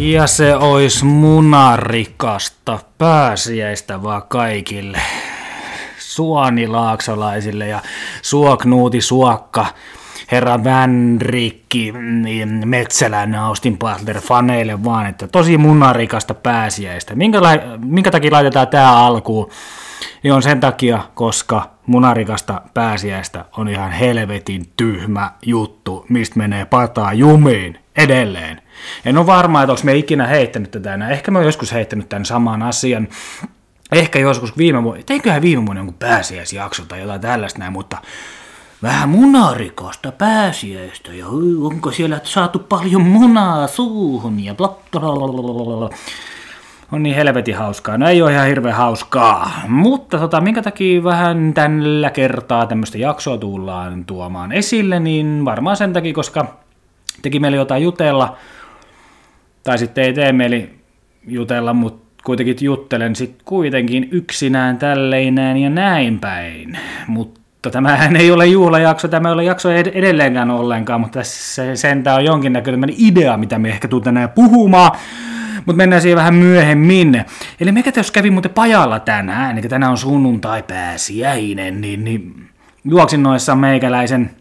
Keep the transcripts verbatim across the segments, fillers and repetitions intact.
Ja se ois munarikasta pääsiäistä vaan kaikille suonilaaksolaisille ja suoknuuti suokka, herra Vänrikki, Metsälän, Austin Butler faneille vaan, että tosi munarikasta pääsiäistä. Minkä, la- minkä takia laitetaan tää alkuun? Niin on sen takia, koska munarikasta pääsiäistä on ihan helvetin tyhmä juttu, mistä menee pataa jumiin edelleen. En ole varma, että onko me ikinä heittänyt tätä enää. Ehkä mä oon joskus heittänyt tämän saman asian. Ehkä joskus viime vuonna, teinköhän viime vuonna jonkun pääsiäisjakso tai jotain tällaista näin, mutta vähän munarikasta pääsiäistä ja onko siellä saatu paljon munaa suuhun ja bla bla bla bla. On niin helvetin hauskaa. No ei ole ihan hirveän hauskaa, mutta tota, minkä takia vähän tällä kertaa tämmöistä jaksoa tullaan tuomaan esille, niin varmaan sen takia, koska teki meille jotain jutella, tai sitten ei tee meille jutella, mutta kuitenkin juttelen sitten kuitenkin yksinään tälleinään ja näin päin. Mutta tämähän ei ole juhlajakso, tämä ei ole jakso edelleenkään ollenkaan, mutta tässä sentään on jonkinnäköinen idea, mitä me ehkä tuun tänään puhumaan. Mutta mennään siihen vähän myöhemmin. Eli mikä jos kävi muuten pajalla tänään, eli tänään on sunnuntai pääsiäinen, niin, niin juoksin noissa meikäläisen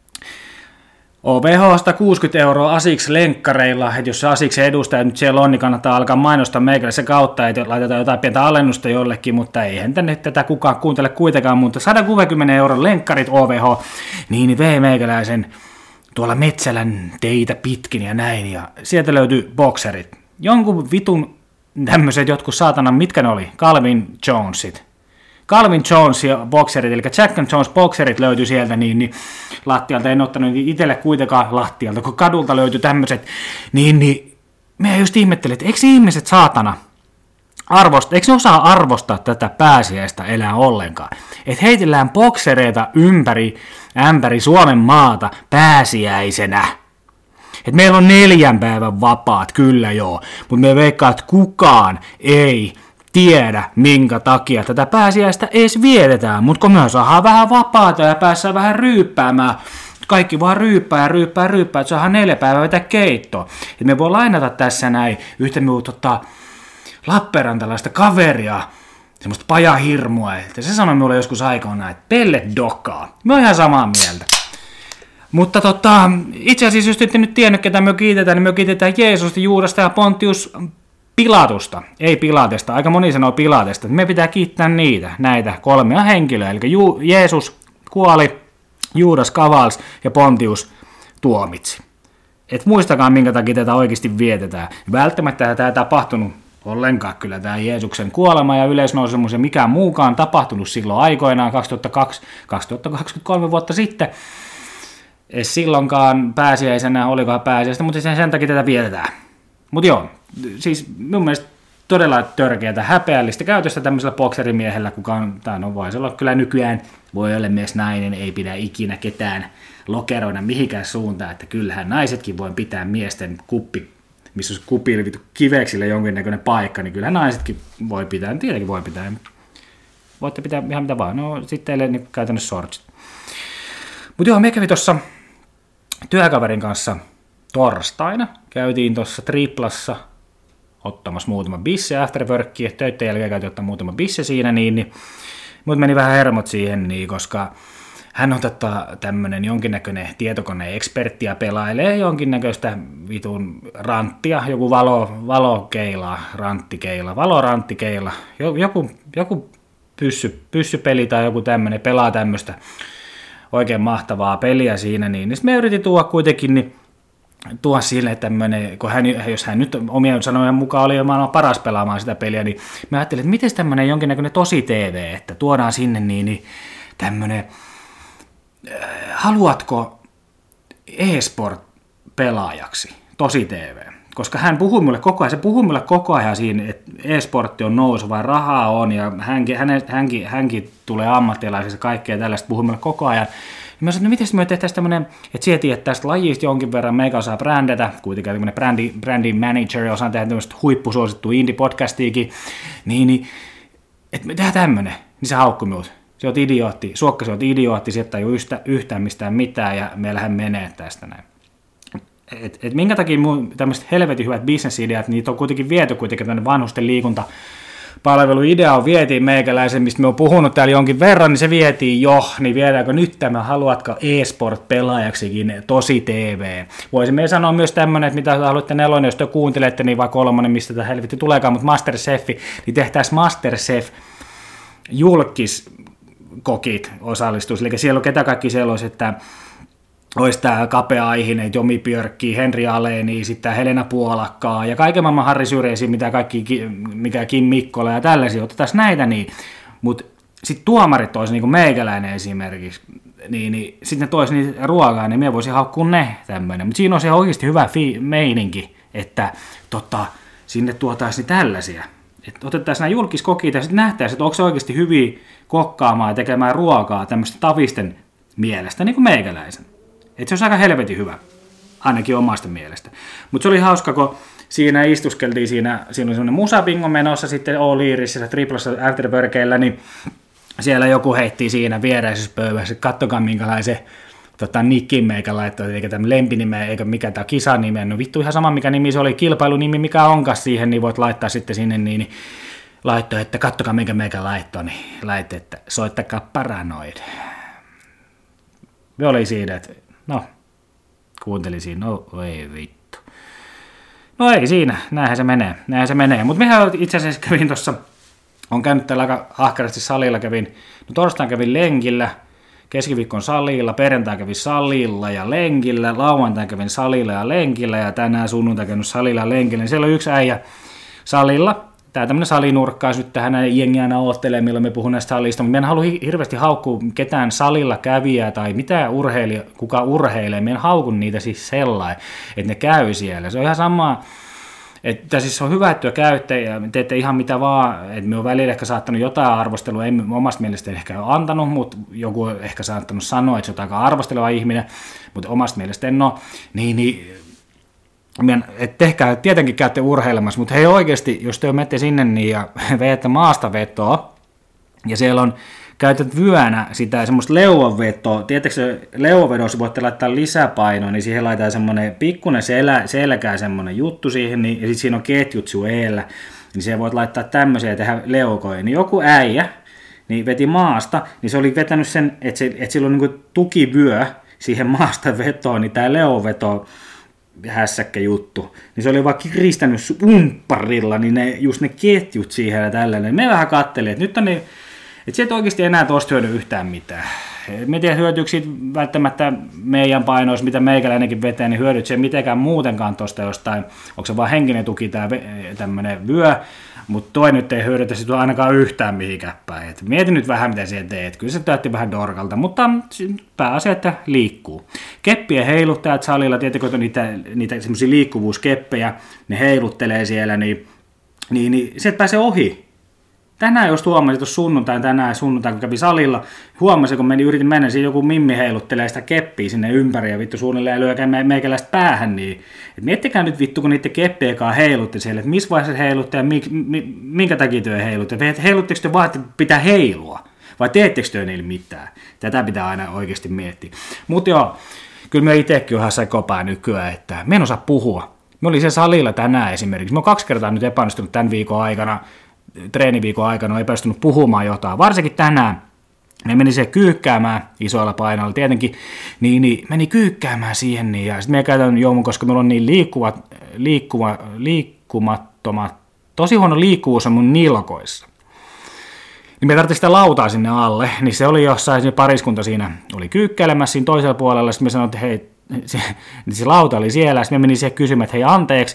O V H:sta kuusikymmentä euroa Asics lenkkareilla, että jos se Asicsen edustaja nyt siellä on, niin kannattaa alkaa mainostaa meikäläisen kautta, että laitetaan jotain pientä alennusta jollekin, mutta eihän tänne tätä kukaan kuuntele kuitenkaan, mutta sata kuusikymmentä euron lenkkarit O V H, niin vei meikäläisen tuolla Metsälän teitä pitkin ja näin, ja sieltä löytyi bokserit. Jonkun vitun tämmöiset jotkut saatanan, mitkä ne oli? Calvin Jonesit. Calvin Jones ja bokserit, eli Jack and Jones bokserit löytyi sieltä, niin, niin lattialta, en ottanut itselle kuitenkaan lattialta, kun kadulta löytyi tämmöiset, niin, niin me just ihmettelin, että eikö ihmiset saatana arvosta, eikö ne osaa arvostaa tätä pääsiäistä elää ollenkaan, että heitellään boksereita ympäri, ämpäri Suomen maata pääsiäisenä. Et meillä on neljän päivän vapaat, kyllä joo, mutta me veikkaa, että kukaan ei tiedä, minkä takia tätä pääsiäistä edes vietetään, mutta kun me saadaan vähän vapaata ja päässään vähän ryyppäämään, kaikki vaan ryyppää ja ryyppää ja ryyppää, että saadaan neljä päivää vetää keittoa. Et me voi lainata tässä näin yhtä minun tota, Lappeenrantalaista kaveria, semmoista pajahirmua, että se sanoi minulle joskus aikoinaan, että pelle dokaa. Me on ihan samaa mieltä. Mutta tota, itse asiassa, jos ette nyt tiennyt, ketä me kiitetään, niin me kiitetään Jeesusta, Juudasta ja Pontius Pilatusta. Ei Pilatesta, aika moni sanoo Pilatesta. Me pitää kiittää niitä, näitä kolmea henkilöä. Eli Ju- Jeesus kuoli, Juudas kavals ja Pontius tuomitsi. Et muistakaa, minkä takia tätä oikeasti vietetään. Välttämättä tämä ei tapahtunut ollenkaan kyllä tämä Jeesuksen kuolema ja yleisnousemus ja mikään muukaan tapahtunut silloin aikoinaan kaksituhattakaksi kaksituhattakaksikymmentäkolme vuotta sitten. Ei silloinkaan pääsiäisenä, olikohan pääsiäistä, mutta sen, sen takia tätä vietetään. Mutta joo, siis mun mielestä todella törkeätä häpeällistä käytöstä tämmöisellä bokserimiehellä, kuka on, tai no voi olla kyllä nykyään, voi olla myös nainen, ei pidä ikinä ketään lokeroida mihinkään suuntaan, että kyllähän naisetkin voi pitää miesten kuppi, missä olisi kupille kiveksille jonkinnäköinen paikka, niin kyllähän naisetkin voi pitää, tietenkin voi pitää, voitte pitää ihan mitä vaan, no sitten teille niin käytännössä sortsit. Mutta joo, me kävi tuossa työkaverin kanssa torstaina, käytiin tuossa triplassa ottamassa muutama bisse afterworkia, töiden jälkeen käytiin ottaa muutama bisse siinä, niin, niin mut meni vähän hermot siihen, niin, koska hän on tota, tämmönen jonkinnäköinen tietokoneekspertti ja pelailee jonkinnäköistä vitun ranttia, joku valo, valokeila, ranttikeila, valorantikeila, joku, joku pyssy, pyssypeli tai joku tämmönen, pelaa tämmöistä oikein mahtavaa peliä siinä, niin, niin me yritin tuoda kuitenkin, niin tuo sille tämmöinen, kun hän, jos hän nyt omien sanojen mukaan oli jo maailman paras pelaamaan sitä peliä, niin mä ajattelin, että miten tämmöinen jonkinnäköinen tosi T V, että tuodaan sinne niin, niin tämmöinen, äh, haluatko e-sport-pelaajaksi, tosi T V? Koska hän puhui mulle koko ajan, se puhui mulle koko ajan siinä, että e-sportti on nouseva, rahaa on, ja hänkin, hänkin, hänkin tulee ammattilaisista kaikkea tällaista, puhui mulle koko ajan. Ja mä sanoin, että miten me tehtäisiin tämmöinen, että siellä tiedät tästä lajista jonkin verran, meikä osaa brändätä, kuitenkin tämmöinen brändi, branding manager, ja osaan tehdä tämmöistä huippusuosittua indie-podcastiikin, niin, niin että me tehdään tämmöinen, niin se haukkui minut. Se oot idiootti, suokka se oot idiootti, sieltä ei ole yhtään mistään mitään, ja meillähän menee tästä näin. että et minkä takia mun tämmöiset helvetin hyvät bisnesideat, niitä on kuitenkin viety kuitenkin tänne vanhusten liikunta, palveluidea on vietiin meikäläisen, mistä me on puhunut täällä jonkin verran, niin se vietiin jo, niin viedäänkö nyt tämä, haluatko e-sport-pelaajaksikin tosi T V? Voisimme sanoa myös tämmöinen, että mitä haluatte nelonen, jos te kuuntelette, niin vai kolmonen, mistä tämä helvetti tuleekaan, mutta Masterchefi, niin tehtäisiin Masterchef julkiskokit osallistuisi, eli siellä on ketä kaikki siellä olisi, että olisi tämä kapea-aihinen, Jomi Björkki, Henri Aleni, sitten Helena Puolakkaa ja kaiken maailman Harri Syreisi, mitä kaikki, mikä Kim Mikkola ja tällaisia, otetaan näitä, niin, mutta sitten tuomarit olisi niin kuin meikäläinen esimerkiksi, niin, niin sitten ne toisi niitä ruokaa, niin minä voisin haukkua ne tämmöinen, mutta siinä on se oikeasti hyvä fi- meininki, että tota, sinne tuotaisiin tällaisia, että otettaisiin nämä julkiskokit ja sitten nähtäisiin, että onko se oikeasti hyviä kokkaamaan ja tekemään ruokaa tämmöistä tavisten mielestä, niin kuin meikäläisen. Että se olisi aika helvetin hyvä, ainakin omasta mielestä. Mutta se oli hauska, kun siinä istuskeltiin, siinä, siinä oli semmoinen musabingo menossa sitten O-liirissä, triplassa afterworkeillä, niin siellä joku heitti siinä viereisessä pöydässä, että kattokaa minkälaisen tota, nikin meikä laittoi, eikä tämän lempinimeä, eikä mikä tämä kisanime, no vittu ihan sama mikä nimi se oli, kilpailunimi mikä onkaan siihen, niin voit laittaa sitten sinne, niin, niin laittoi, että kattokaa minkä meikä laittoi, niin laittoi, että soittakaa Paranoid. Me oli siinä, että no, kuuntelin siinä, no ei vittu. No ei siinä, näinhän se menee, näinhän se menee. Mutta mehän itse asiassa kävin tuossa, on käynyt täällä aika ahkerasti salilla, kävin, no torstain kävin lenkillä, keskiviikkon salilla, perjantai kävin salilla ja lenkillä, lauantai kävin salilla ja lenkillä ja tänään sunnuntai käynyt salilla ja lenkillä. Niin siellä on yksi äijä salilla. Tämä tämmöinen salinurkkaus nyt tähän jengi aina oottelee, milloin me puhun näistä salista, mutta minä en halua hirveästi haukkua ketään salilla kävijää tai mitä urheilija, kuka urheilee, minä en haukun niitä siis sellainen, että ne käy siellä. Se on ihan sama, että siis on hyvä, että työ käytte ja teette ihan mitä vaan, että me on välillä ehkä saattanut jotain arvostelua, ei omasta mielestä ehkä ole antanut, mutta joku on ehkä saattanut sanoa, että se on aika arvosteleva ihminen, mutta omasta mielestä en ole, niin, niin että tehkää, tietenkin käytte urheilemassa, mutta hei oikeasti, jos te menette sinne niin ja veette maastavetoa, ja siellä on käytät vyönä sitä semmoista leuanvetoa, tiedättekö leuanvedossa voitte laittaa lisäpainoa, niin siihen laitetaan semmoinen pikkuinen selä, selkää semmoinen juttu siihen, niin, ja sitten siinä on ketjut sun eellä, niin siihen voit laittaa tämmöisiä ja tehdä leukoja, niin joku äijä niin veti maasta, niin se oli vetänyt sen, että, se, että sillä on niin kuin tukivyö siihen maastavetoon, niin tämä leuanveto hässäkkä juttu, niin se oli vaan kiristänyt umpparilla, niin ne, just ne ketjut siihen ja tällainen. Me vähän kattelin, että nyt on niin, että se et oikeasti enää tuosta hyödy yhtään mitään. Me tiedä, hyötyykö siitä välttämättä meidän painoissa, mitä meikäläinenkin vetää, niin hyödyt se mitenkään muutenkaan tuosta jostain, onko se vaan henkinen tuki tämä tämmöinen vyö, mutta toi nyt ei hyödytä sitä ainakaan yhtään mihinkään päin. Et mieti nyt vähän, mitä siellä teet. Kyllä se täytti vähän dorkalta, mutta pääasia, että liikkuu. Keppien heiluttajat salilla, tietenkin on niitä, niitä semmoisia liikkuvuuskeppejä, ne heiluttelee siellä, niin, niin, niin sieltä pääsee ohi. Tänään jos huomasin, tuossa sunnuntain, tänään sunnuntain, kun kävi salilla, huomasin, kun meni, yritin mennä, siinä joku mimmi heiluttelee sitä keppiä sinne ympäri ja vittu suunnilleen lyökää me, meikäläistä päähän, niin et miettikää nyt vittu, kun niiden keppiäkaan heilutti siellä, että missä vaiheessa heilutti ja mi, mi, minkä takia työ heilutti, heilutteko te vaan, että pitää heilua, vai teettekö työ niille mitään? Tätä pitää aina oikeasti miettiä. Mutta joo, kyllä me itsekin on ihan sekopää nykyään, että me en osaa puhua. Me olin siellä salilla tänään esimerkiksi, me on kaksi kertaa nyt epäonnistunut tämän viikon aikana, treeniviikon aikana on epäistunut puhumaan jotain, varsinkin tänään. Ne meni se kyykkäämään isoilla painoilla tietenkin, niin, niin meni kyykkäämään siihen, niin, ja sitten me käytän joulun, koska meillä on niin liikkuvat, liikkuva, liikkumattomat, tosi huono liikkuvuus on mun nilkoissa. Niin me tarvittiin sitä lautaa sinne alle, niin se oli jossain, se pariskunta siinä oli kyykkäälemässä siinä toisella puolella, sitten me sanoin, että hei, se, se lauta oli siellä, sitten me menin siihen kysymään, että hei anteeksi,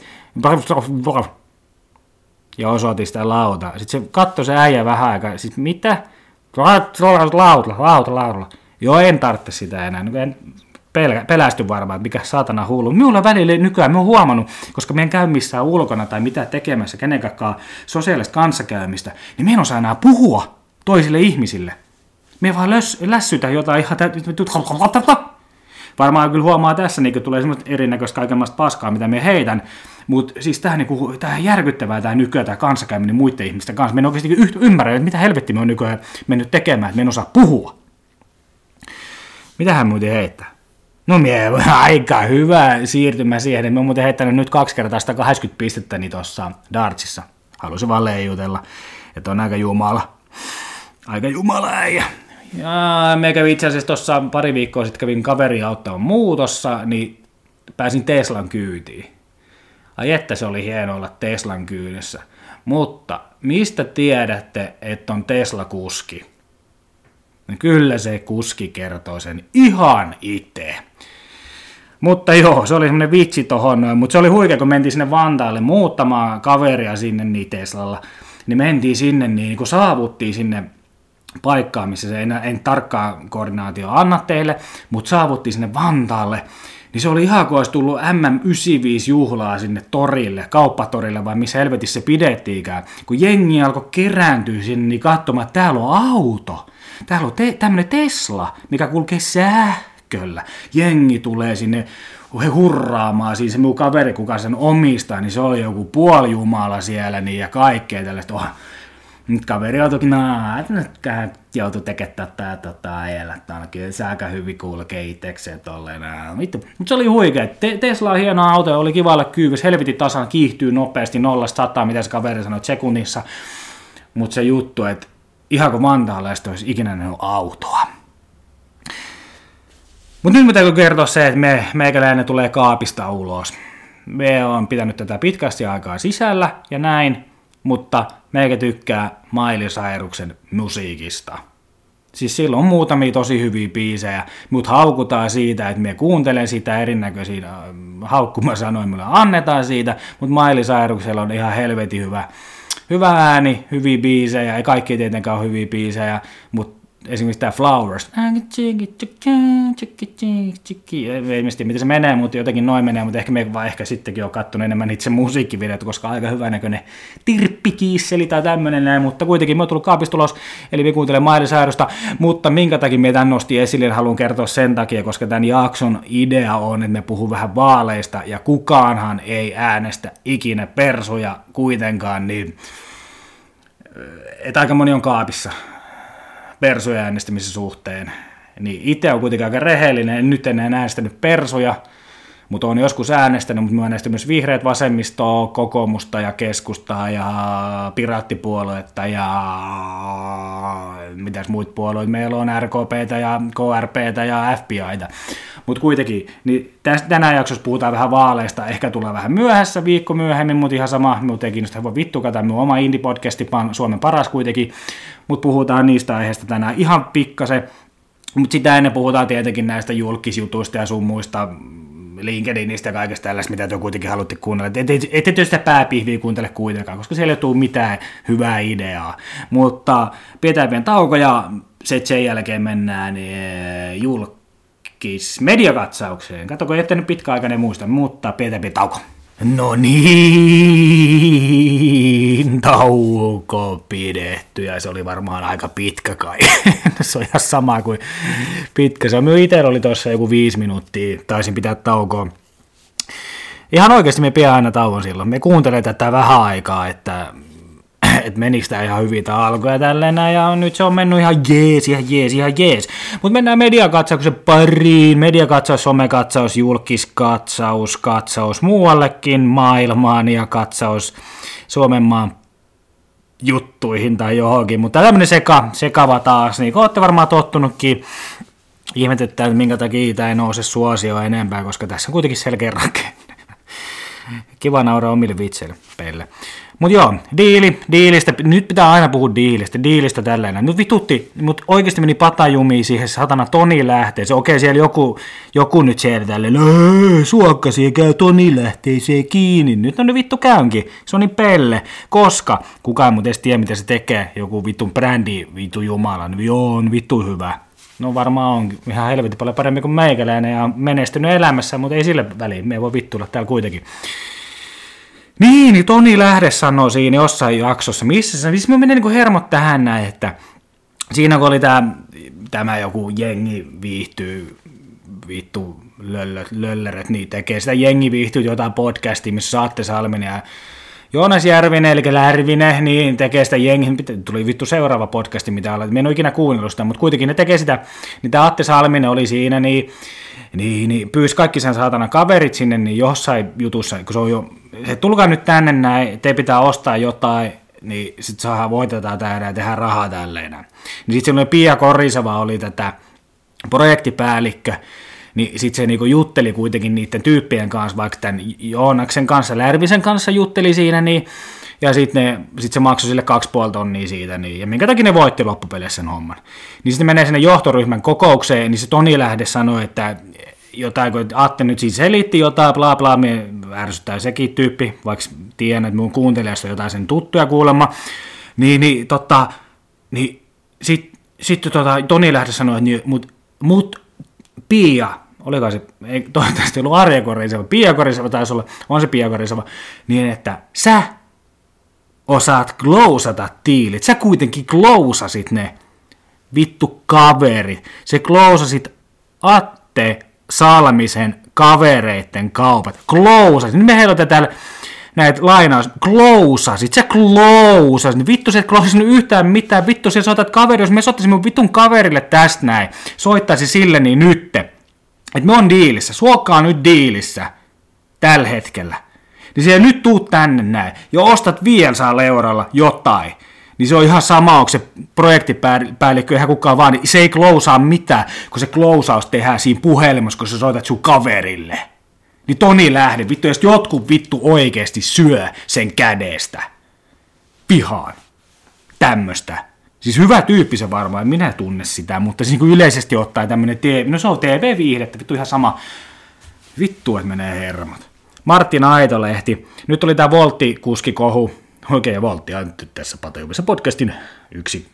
ja osoitin sitä lautaa. Sitten se katsoi se äijä vähän aikaa. Sitten mitä? Lauta, lauta, lauta. Joo, en tarvitse sitä enää. En pelä, pelästy varmaan, että mikä saatana hullu. Minulla välillä nykyään, mä oon huomannut, koska mä en käy missään ulkona tai mitä tekemässä kenenkään sosiaalista kanssakäymistä, niin mä en osaa enää puhua toisille ihmisille. Mä vaan lös, lässytän jotain ihan täytyy. Varmaan kyllä huomaa tässä, niin tulee semmoista erinäköistä kaikenlaista paskaa, mitä me heitän. Mutta siis tähän niinku, järkyttävää tämä nykyään, tämä kanssakäyminen muiden ihmisten kanssa. Me en oikeasti ymmärrä, että mitä helvettiä me on nykyään mennyt tekemään, että me en osaa puhua. Mitä hän muuten heittää? No mie aika hyvä siirtymä siihen, että mä oon muuten heittänyt nyt kaksi kertaa sitä kahdeksankymmentä pistettä niin tuossa dartsissa. Halusin vaan leijutella, että on aika jumala. Aika jumala äijä. Ja me kävin itse asiassa tuossa pari viikkoa sitten kävin kaverin auttamaan muutossa, niin pääsin Teslan kyytiin. Ai että se oli hieno olla Teslan kyydissä. Mutta mistä tiedätte, että on Tesla-kuski? No kyllä se kuski kertoo sen ihan itse. Mutta joo, se oli semmoinen vitsi tohon, mutta se oli huikea, kun mentiin sinne Vantaalle muuttamaan kaveria sinne niin Teslalla, niin mentiin sinne, niin kun saavuttiin sinne paikkaan, missä se en, en tarkkaa koordinaatio anna teille, mutta saavuttiin sinne Vantaalle, niin se oli ihan kuin olisi tullut M M yhdeksänkymmentäviisi-juhlaa sinne torille, kauppatorille, vai missä helvetissä se pidettiinkään. Kun jengi alkoi kerääntyä sinne, niin katsomaan, että täällä on auto. Täällä on te- tämmöinen Tesla, mikä kulkee sähköllä. Jengi tulee sinne he hurraamaan, siis se minun kaveri, kuka sen omistaa, niin se oli joku puolijumala siellä niin, ja kaikkea tällaista. Oh, nyt kaveri joutuikin, naa, että nyt joutui tekemään tätä tota, äijällä, kyllä se aika hyvin kulkee itsekseen tolleen. Mutta se oli huikea. Te- Tesla on hieno auto ja oli kiva olla kyyvis, helvetin tasan kiihtyy nopeasti nollasta sataa, mitä se kaveri sanoi sekunnissa. Mutta se juttu, että ihan kuin Vantaalaista olisi ikinä nähnyt autoa. Mutta nyt mä täytyy kertoa se, että me, meikäläinen tulee kaapista ulos. Me on pitänyt tätä pitkästi aikaa sisällä ja näin, mutta meikä tykkää Miley Cyruksen musiikista. Siis sillä on muutamia tosi hyviä biisejä, mutta haukutaan siitä, että me kuuntelen sitä erinäköisiä haukkumasanoja, mulle annetaan siitä, mutta Miley Cyruksella on ihan helvetin hyvä, hyvä ääni, hyviä biisejä, ei kaikki tietenkään ole hyviä biisejä, mutta esimerkiksi tämä Flowers, ei mistä miten se menee, mutta jotenkin noin menee, mutta ehkä me vaan ehkä sittenkin on kattonut enemmän itse musiikkivideot, koska aika hyvänäköinen tirppikiisseli tai tämmöinen näin, mutta kuitenkin me on tullut kaapistulos, eli me kuuntelen Miley Cyrusta, mutta minkä takia me tämän nosti esille, haluan kertoa sen takia, koska tämän jakson idea on, että me puhun vähän vaaleista, ja kukaanhan ei äänestä ikinä persuja kuitenkaan, niin että aika moni on kaapissa persuja äänestämisen suhteen, niin itse on kuitenkin aika rehellinen, nyt en enää äänestänyt persuja, mutta olen joskus äänestänyt, mutta minä äänestänyt myös vihreät, vasemmistoa, kokoomusta ja keskustaa ja piraattipuoluetta ja mitäs muut puolueet, meillä on R K P:tä ja K R P:tä ja F B I:tä, mutta kuitenkin, niin tästä, tänään jaksossa puhutaan vähän vaaleista, ehkä tulee vähän myöhässä, viikko myöhemmin, mutta ihan sama, minut ei kiinnosta voi vittukata, minun oma indie-podcasti, Suomen paras kuitenkin, mutta puhutaan niistä aiheista tänään ihan pikkasen, mutta sitä ennen puhutaan tietenkin näistä julkisjutuista ja sun muista LinkedInistä ja kaikesta tällaista, mitä te kuitenkin haluatte kuunnella. Ette te sitä pääpihviä kuuntele kuitenkaan, koska siellä ei tule mitään hyvää ideaa. Mutta pidetään pieni tauko ja sen jälkeen mennään julkis mediakatsaukseen. Katso, kun ette nyt pitkäaikainen muista, mutta pidetään pieni tauko. No niin, tauko pidetty ja se oli varmaan aika pitkä kai. Se on ihan sama kuin pitkä. Se on minun itsellä oli tuossa joku viisi minuuttia, taisin pitää taukoa. Ihan oikeasti me pidän aina tauon silloin. Me kuuntelee tätä vähän aikaa, että, että menikö tämä ihan hyvin tämä alkoi ja tälleen ja nyt se on mennyt ihan jees, ihan jees, ihan jees. Mutta mennään mediakatsauksen pariin. Mediakatsaus, somekatsaus, julkiskatsaus, katsaus muuallekin maailmaan ja katsaus Suomen maan juttuihin tai johonkin. Mutta tämmöinen seka, sekava taas, niin kuin olette varmaan tottunutkin. Ihmetetään, että minkä takia tämä ei nouse suosioon enempää, koska tässä on kuitenkin selkeä rakenne. Kiva nauraa omille vitseille. Mutta joo, diili, diilistä, nyt pitää aina puhua diilistä, diilistä tällainen. Nyt vitutti, mutta oikeasti meni patajumiin siihen satana Toni lähteeseen. Okei, siellä joku, joku nyt siellä tälleen, suokkasi käy Toni lähteeseen kiinni. Nyt on nyt vittu käynkin, se on niin pelle. Koska kukaan ei edes tiedä, mitä se tekee, joku vittu brändi, vittu jumala, niin joo, on vittu hyvä. No varmaan on ihan helvetin paljon paremmin kuin meikäläinen ja menestynyt elämässä, mutta ei sille väliin, me ei voi vittuilla täällä kuitenkin. Niin, niin Toni Lähde sanoi siinä jossain jaksossa, missä se, missä me meni niin hermot tähän näin, että siinä kun oli tämä, tämä joku jengi viihtyy, vittu löllöt, lölleret, niin tekee sitä jengi viihtyy jotain podcastia, missä Saatte Salmen ja Joonas Järvinen, eli Lärvinen, niin tekee sitä jengi, tuli vittu seuraava podcasti, mitä olen, en ole ikinä kuunnellut sitä, mutta kuitenkin ne tekee sitä, niin tämä Atte Salminen oli siinä, niin, niin, niin pyysi kaikki sen saatana kaverit sinne, niin jossain jutussa, kun se on jo, he tulkaa nyt tänne näin, te pitää ostaa jotain, niin sitten saadaan voitetaan täällä ja tehdään rahaa tälleen. Niin sitten silloin Pia Koriseva oli tätä projektipäällikkö, niin sitten se niinku jutteli kuitenkin niiden tyyppien kanssa, vaikka tämän Joonaksen kanssa, Lärvisen kanssa jutteli siinä, niin, ja sitten sit se maksoi sille kaksi puoli tonnia siitä, niin, ja minkä takia ne voitti loppupeleissä sen homman. Niin sitten menee sinne johtoryhmän kokoukseen, niin se Toni Lähde sanoi, että jotain, kun Atte nyt siis selitti jotain, bla bla, me ärsyttää sekin tyyppi, vaikka tiedän, että mun kuuntelijasta on jotain sen tuttuja kuulemma, niin, niin, tota, niin sitten sit, tota, Toni Lähde sanoi, että niin, mut, mut Pia, oliko se, ei toivottavasti ollut Arja Koriseva, Pia Koriseva taisi olla, on se Pia Koriseva, niin että sä osaat klousata tiilit, sä kuitenkin klousasit ne vittu kaverit, sä klousasit Atte Salmisen kavereitten kaupat, klousasit, nyt me heilutaan täällä näitä lainaus, klousasit, sä klousasit, vittu sä et klousasit yhtään mitään, vittu sä soitat kaveri, jos me soittaisin mun vitun kaverille tästä näin, soittaisi sille niin nytte, että me on diilissä, suokkaa nyt diilissä, tällä hetkellä, niin siellä nyt tuut tänne näin, ja ostat viisisataa eurolla jotain, niin se on ihan sama, onko se projektipäällikkö ihan kukaan vaan, niin se ei klousaa mitään, kun se klousaus tehdään siinä puhelimessa, kun sä soitat sun kaverille. Niin Toni Lähde, vittu, jos jotkut vittu oikeesti syö sen kädestä. Pihaan. Tämmöstä. Siis hyvä tyyppi se varmaan, en minä tunne sitä, mutta siis niin yleisesti ottaen tämmönen, T V, no se on T V-viihdettä, vittu ihan sama. Vittu, että menee hermot. Martin Aitolehti. Nyt oli tää Voltti-kuskikohu. Oikein Voltti, ja nyt tässä Patejumissa podcastin yksi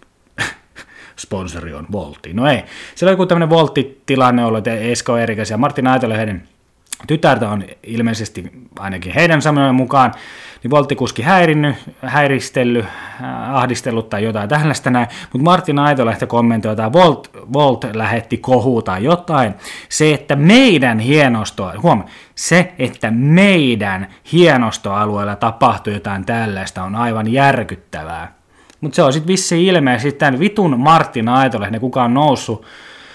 sponsori on Voltti. No ei, siellä on joku tämmönen Voltti-tilanne ollut, että Esko Erikäs ja Martin Aitolehden tytärtä on ilmeisesti ainakin heidän sanojen mukaan, niin Volttikuski häirinnyt, häiristellyt, ahdistellut tai jotain tällaista näin, mutta Martin Aitolehti kommentoi, että Volt, Volt lähetti kohua tai jotain. Se, että meidän hienostoa, huom, se, että meidän hienostoalueella tapahtuu jotain tällaista, on aivan järkyttävää. Mutta se on sitten vissiin ilmeisesti tämän vitun Martin Aitolehti, kuka on noussut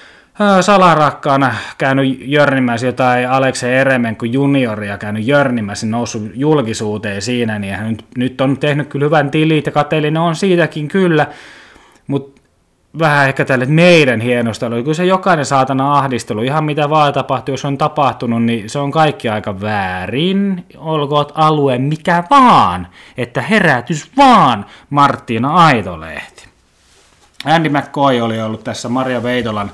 salarakkaana käynyt jörnimässä jotain Alekse Eremenko junioria käynyt jörnimässä, noussut julkisuuteen siinä, niin hän nyt, nyt on tehnyt kyllä hyvän tilit ja kateellinen on siitäkin kyllä, mutta vähän ehkä tälle meidän hienosta, kyllä se jokainen saatana ahdistelu, ihan mitä vaan tapahtuu, jos on tapahtunut, niin se on kaikki aika väärin, olkoot alue mikä vaan, että herätys vaan Martina Aitolehti. Andy McCoy oli ollut tässä Maria Veitolan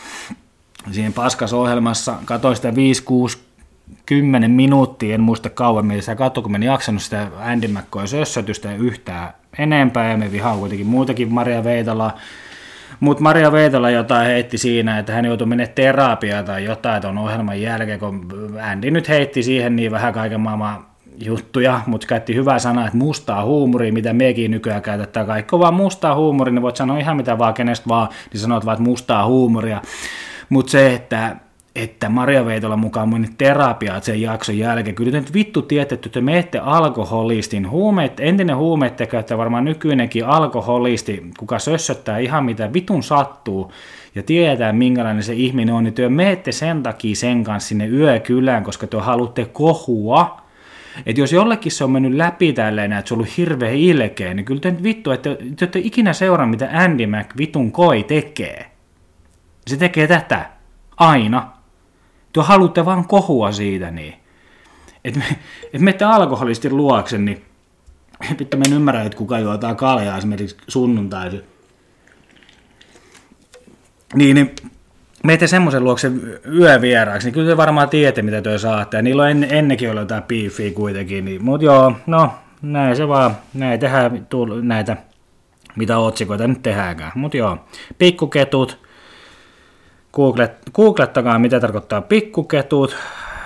siinä paskasohjelmassa, katsoin sitä viisi kuusi kymmenen minuuttia, en muista kauemmin, sitä katsoin, kun en jaksanut sitä Andy McCoy sössötystä yhtään enempää, ja me vihaan kuitenkin muutakin Maria Veitolaa, mutta Maria Veitola jotain heitti siinä, että hän joutui menemään terapiaan tai jotain tuon ohjelman jälkeen, kun Andy nyt heitti siihen niin vähän kaiken maailman juttuja, mutta käytti hyvää sanaa, että mustaa huumoria, mitä mekin nykyään käytetään, kaikki on vaan mustaa huumoria, niin voit sanoa ihan mitä vaan, kenestä vaan, niin sanot vaan, että mustaa huumoria. Mutta se, että, että Maria Veitola mukaan meni terapiaa sen jakson jälkeen, kyllä te nyt vittu tietetty, että menette alkoholistin, huumeet, entinen huumeiden käyttäjä, varmaan nykyinenkin alkoholisti, kuka sössöttää ihan mitä vitun sattuu ja tietää minkälainen se ihminen on, niin työ menette sen takia sen kanssa sinne yökylään, koska te haluatte kohua. Että jos jollekin se on mennyt läpi tälleen, että se on ollut hirveä ilkeä, niin kyllä te nyt vittu, että te ette ikinä seuraa, mitä Andy McVitun Koi tekee. Se tekee tätä. Aina. Te haluatte vaan kohua siitä, niin. Että me, et menette alkoholistin luokse, niin pitää en ymmärrä, että kuka juotaa kaljaa esimerkiksi sunnuntaisin. Niin, niin menette semmoisen luokse yövieraaksi, niin kyllä te varmaan tiedätte, mitä te saatte. Ja niillä on en, ennenkin ollut jotain beefiä kuitenkin. Niin, mutta joo, no, näin se vaan. Näin tehdään näitä, mitä otsikoita nyt tehdäänkään. Mutta joo, pikkuketut. Googlet, googlettakaa, mitä tarkoittaa pikkuketut.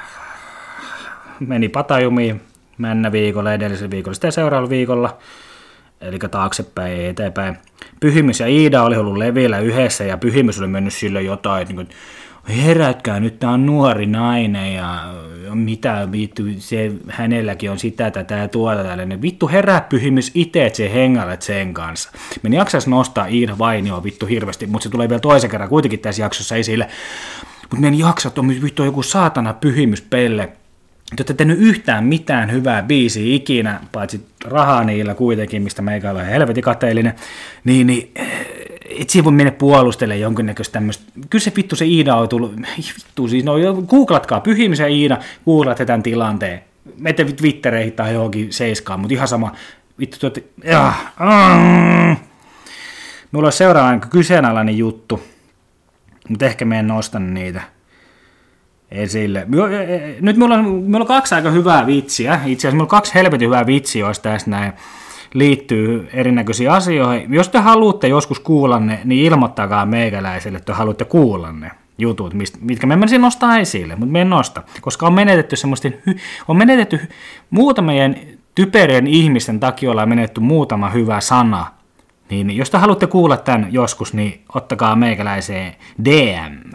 Meni Patajumiin männä viikolla, edellisellä viikolla, sitten seuraavalla viikolla, eli taaksepäin ja eteenpäin. Pyhimys ja Iida oli ollut levillä yhdessä, ja Pyhimys oli mennyt sille jotain, että herätkää, nyt tää on nuori nainen, ja mitä vittu, se, hänelläkin on sitä, tätä ja tuota tällainen. Vittu herää pyhimys itse, että se hengailet sen kanssa. Me en jaksaisi nostaa Iida Vainioa vittu hirveästi, mutta se tulee vielä toisen kerran kuitenkin tässä jaksossa esille. Mutta me en jaksa, että on vittu joku saatana pyhimyspelle. Te ette tehnyt yhtään mitään hyvää biisiä ikinä, paitsi rahaa niillä kuitenkin, mistä meikä on helvetin kateellinen, niin, niin et siinä voi mennä puolustelemaan jonkinnäköistä tämmöistä. Kyllä se vittu se Iida on tullut, vittu siis, no googlatkaa pyhimisen Iida, googlatte tämän tilanteen, mette Twittereihin tai johonkin seiskaan, mutta ihan sama, vittu tuotte, jah, mm. Mulla on seuraava kyseenalainen juttu, mutta ehkä me en nosta niitä esille. Nyt mulla on, mulla on kaksi aika hyvää vitsiä. Itse asiassa mulla on kaksi helvetin hyvää vitsiä, jos tästä näin liittyy erinäköisiin asioihin. Jos te haluatte joskus kuulla ne, niin ilmoittakaa meikäläiselle, että te haluatte kuulla ne jutut, mitkä me menisin nostaa esille, mutta me en nosta, koska on menetetty semmoisten, on menetetty muutamien typerien ihmisten takia ollaan menetetty muutama hyvä sana. Niin jos te haluatte kuulla tämän joskus, niin ottakaa meikäläiseen D M.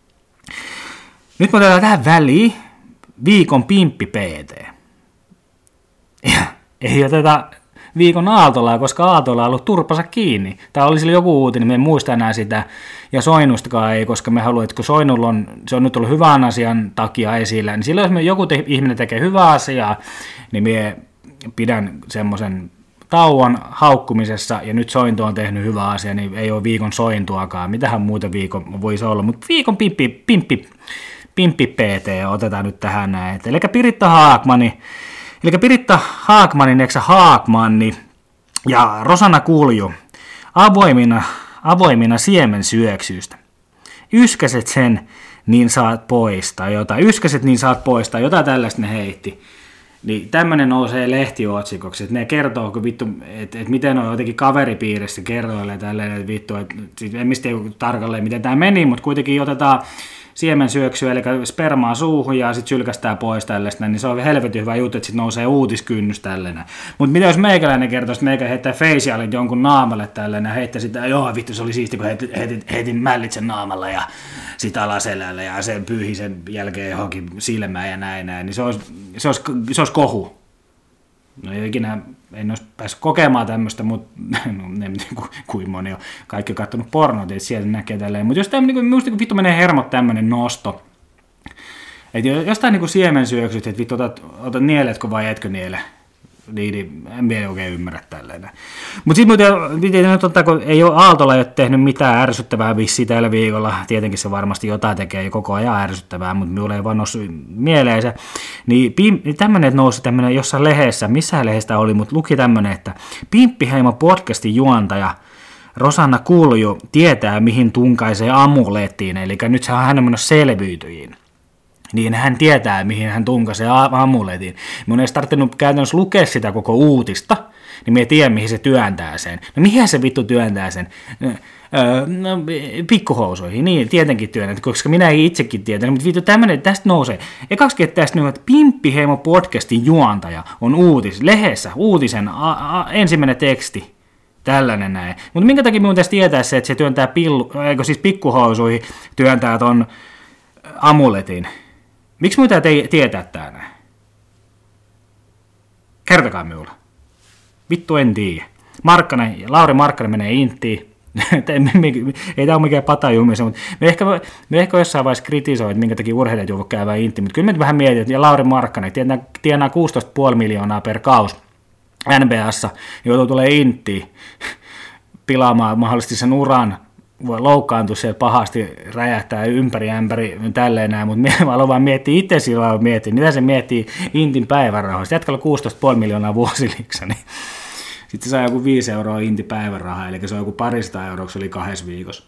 Nyt me otetaan tähän väliin viikon pimppi P T. Ja ei oteta viikon Aaltolaa, koska Aaltola on ollut turpansa kiinni. Tai oli sillä joku uutinen, me en muista enää sitä. Ja Soinustakaan ei, koska me haluamme, että kun Soinulla on, se on nyt ollut hyvän asian takia esillä, niin silloin jos me joku te, ihminen tekee hyvää asiaa, niin me pidän semmoisen tauon haukkumisessa, ja nyt Sointu on tehnyt hyvää asiaa, niin ei ole viikon sointuakaan. Mitähän muuta viikon voisi olla, mutta viikon pimppi, pimppi, pimppi P T otetaan nyt tähän näin. Eli Piritta Haakmani, eli Piritta Haakmanin, eikö Haakmanni ja Rosanna Kulju avoimina, avoimina siemensyöksyistä. Yskäset sen, niin saat poistaa jotain. Yskäset, niin saat poistaa jotain tällaista ne heitti. Niin tämmöinen nousee lehtiotsikoksi, että ne kertoo, kun vittu, että, että miten on jotenkin kaveripiirissä kerroille tällainen, että vittu, että en mistä tarkalleen miten tämä meni, mutta kuitenkin otetaan siemensyöksyä, eli spermaa suuhun ja sitten sylkästää pois tällaista, niin se on helvetin hyvä juttu, että sitten nousee uutiskynnys tällainen. Mutta mitä jos meikäläinen kertoo, että meikä heittää facialit jonkun naamalle tällainen, ja heittää sitä, joo vittu se oli siisti, kun heitin, heitin, heitin mällitsen naamalla ja sitä alaselällä ja sen pyyhi sen jälkeen johonkin silmään ja näin näin, niin se olisi, se olisi, se olisi kohu. No ei ikinä, en olisi päässyt kokemaan tämmöistä, mutta no, en tiedä ku, kuin moni on kaikki on katsonut pornoita, että sieltä näkee tälleen. Mutta jos tämmöinen, minusta vittu menee hermot tämmöinen nosto, että jostain niin siemensyöksyt, että vittu otat, otat nieletkö vai etkö niele, niin, niin en vielä oikein ymmärrä tälleen. Mutta sitten nyt ottaa, kun ei ole Aaltola ei ole tehnyt mitään ärsyttävää vissiä tällä viikolla, tietenkin se varmasti jotain tekee koko ajan ärsyttävää, mutta minulle ei vaan noussut mieleen se, niin, niin tämmöinen, että nousi tämmöinen jossain lehdessä, missään lehdestä oli, mutta luki tämmöinen, että Pimppiheimo podcastin juontaja Rosanna Kulju tietää, mihin tunkaisee amulettiin, eli nyt hän on mennyt selviytyjiin. Niin hän tietää, mihin hän tunkasee amuletin. Mun ei tarvinnut käytännössä lukea sitä koko uutista, niin me ei tiedä, mihin se työntää sen. No mihin se vittu työntää sen? Öö, no, pikkuhousuihin, niin tietenkin työntää, koska minä ei itsekin tiedä, mutta vittu tämmöinen, tästä nousee. Ekaksi että tästä nyt, että Pimppiheimo podcastin juontaja on uutis, lehdessä, uutisen a, a, ensimmäinen teksti. Tällainen näin. Mutta minkä takia minun pitäisi tietää se, että se työntää pillu, eikö siis pikkuhousuihin työntää ton amuletin? Miksi minun pitää tietää tää näin? Kertokaa minulle. Vittu en tiedä. Markkanen, Lauri Markkanen menee inttiin. Ei tämä ole mikään patajumissa, mutta me ehkä, me ehkä jossain vaiheessa kritisoi, että minkä takia urheilijat joutuu käydä inttiin. Mutta kyllä me vähän mietin, että Lauri Markkanen tienaa, tienaa kuusitoista pilkku viisi miljoonaa per kaus N B A:ssa, joutuu tulemaan inttiin pilaamaan mahdollisesti sen uran. Voi loukkaantua siellä pahasti, räjähtää ympäri ämpäri tälleen näin, mutta mä aloin vaan miettiä itse silloin, miettiä, mitä se miettii Intin päivärahoista. Jätkällä kuusitoista pilkku viisi miljoonaa vuosiliksa, niin sitten se saa joku viisi euroa Intin päivärahaa, eli se on joku parista euroa, se oli kahdessa viikossa.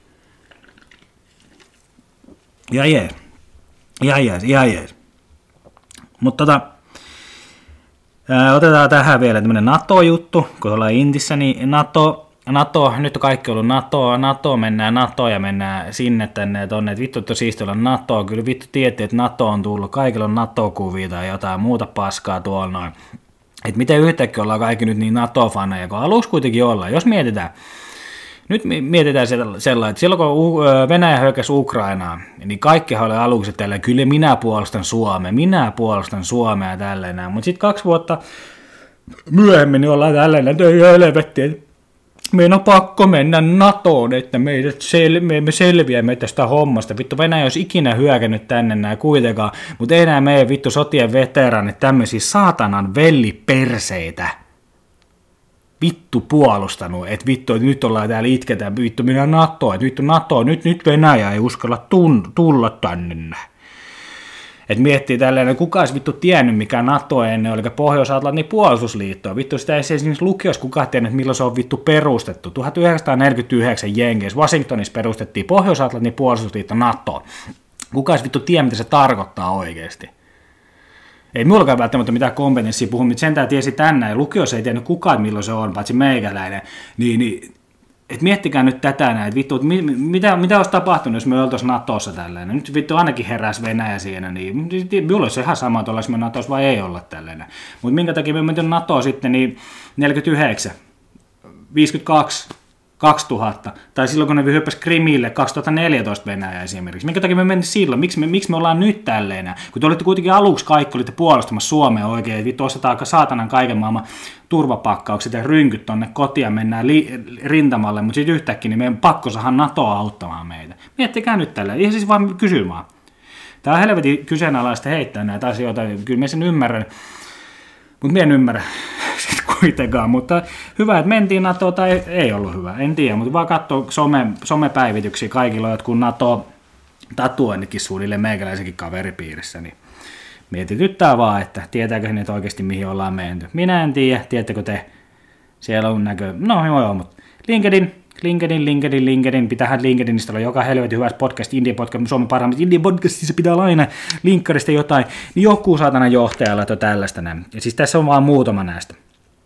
Ja jees, ja jees, ja jees. Mutta tota, ää, otetaan tähän vielä tämmönen NATO-juttu, kun ollaan Intissä, niin NATO... NATO, nyt on kaikki ollut NATO, NATO, mennään NATO ja mennään sinne tänne ja tonne, että vittu, että on siistiä olla NATO, kyllä vittu tietää, että NATO on tullut, kaikilla on NATO-kuvia tai jotain muuta paskaa tuolla noin. Että miten yhtäkkiä ollaan kaikki nyt niin NATO-faneja, kun aluksi kuitenkin ollaan, jos mietitään, Nyt mietitään sellainen, että silloin kun Venäjä hyökkäsi Ukrainaan, niin kaikkihan oli aluksi tällä, kyllä minä puolustan Suomea, minä puolustan Suomea ja tälleen. Mutta sitten kaksi vuotta myöhemmin niin ollaan tälleen, että ei helvetti, meidän on pakko mennä NATOon, että me, sel- me, me selviämme tästä hommasta. Vittu, Venäjä olisi ikinä hyökännyt tänne näin kuitenkaan, mutta ei nämä meidän vittu sotien veteraanit tämmöisiä saatanan velliperseitä vittu puolustanut, että vittu, että nyt ollaan täällä itketään, vittu minä NATO, että vittu NATO, nyt, nyt Venäjä ei uskalla tun- tulla tänne. Että miettii tällainen, kuka olisi vittu tiennyt, mikä NATO ennen oli, Pohjois-Atlantin puolustusliittoa. Vittu sitä ei esimerkiksi lukiossa kukaan tiennyt, milloin se on vittu perustettu. tuhatyhdeksänsataaneljäkymmentäyhdeksän Jenkeissä, Washingtonissa perustettiin Pohjois-Atlantin puolustusliitto NATO. Kuka olisi vittu tiennyt, mitä se tarkoittaa oikeasti. Ei minullakaan välttämättä mitään kompetenssia puhua, mutta sentään tiesi tänään, ja lukiossa ei tiennyt kukaan, milloin se on, paitsi meikäläinen. Niin, niin et miettikää nyt tätä näin, että vittu, mit, mitä, mitä olisi tapahtunut, jos me oltaisiin NATOssa tällainen. Nyt vittu ainakin heräsi Venäjä siinä, niin minulla olisi ihan sama, että ollaanko me NATOssa vai ei olla tällainen. mutta minkä takia me mentiin NATOon sitten, niin neljäkymmentäyhdeksän, viisikymmentäkaksi, kaksituhatta, tai silloin kun ne hyppäsi Krimille kaksituhattaneljätoista Venäjä esimerkiksi. Minkä takia me mentiin silloin? Miksi me, miksi me ollaan nyt tälleen? Kun te olitte kuitenkin aluksi kaikki olitte puolustamassa Suomea oikein, että vittu ostetaan saatanan kaiken maailman turvapakkaukset ja rynkyt tonne kotiin ja mennään li- rintamalle, mutta sitten yhtäkkiä niin meidän pakko saada NATOa auttamaan meitä. Miettikää nyt tälleen, ihan siis vaan kysymään. Tämä on helvetin kyseenalaista heittää näitä asioita, kyllä mä sen ymmärrän, mutta minä en ymmärrä kuitenkaan, mutta hyvä, että mentiin NATOon tai ei ollut hyvä, en tiedä, mutta vaan katsoa some, somepäivityksiä, kaikilla on jotkut NATO-tatuoinnikin suunnilleen meikäläisenkin kaveripiirissä, niin mietityttää vaan, että tietääkö he nyt oikeasti mihin ollaan menty. Minä en tiedä, tiedättekö te, siellä on näkö, no joo, mutta LinkedIn, LinkedIn, LinkedIn, LinkedIn, pitäähän LinkedInistä olla joka helvetin hyvä podcast, Indie Podcast, Suomen parhaimmat Indie Podcastissa pitää olla aina linkkarista jotain, niin joku saatana johtajalla on tällaista näin. Ja siis tässä on vaan muutama näistä.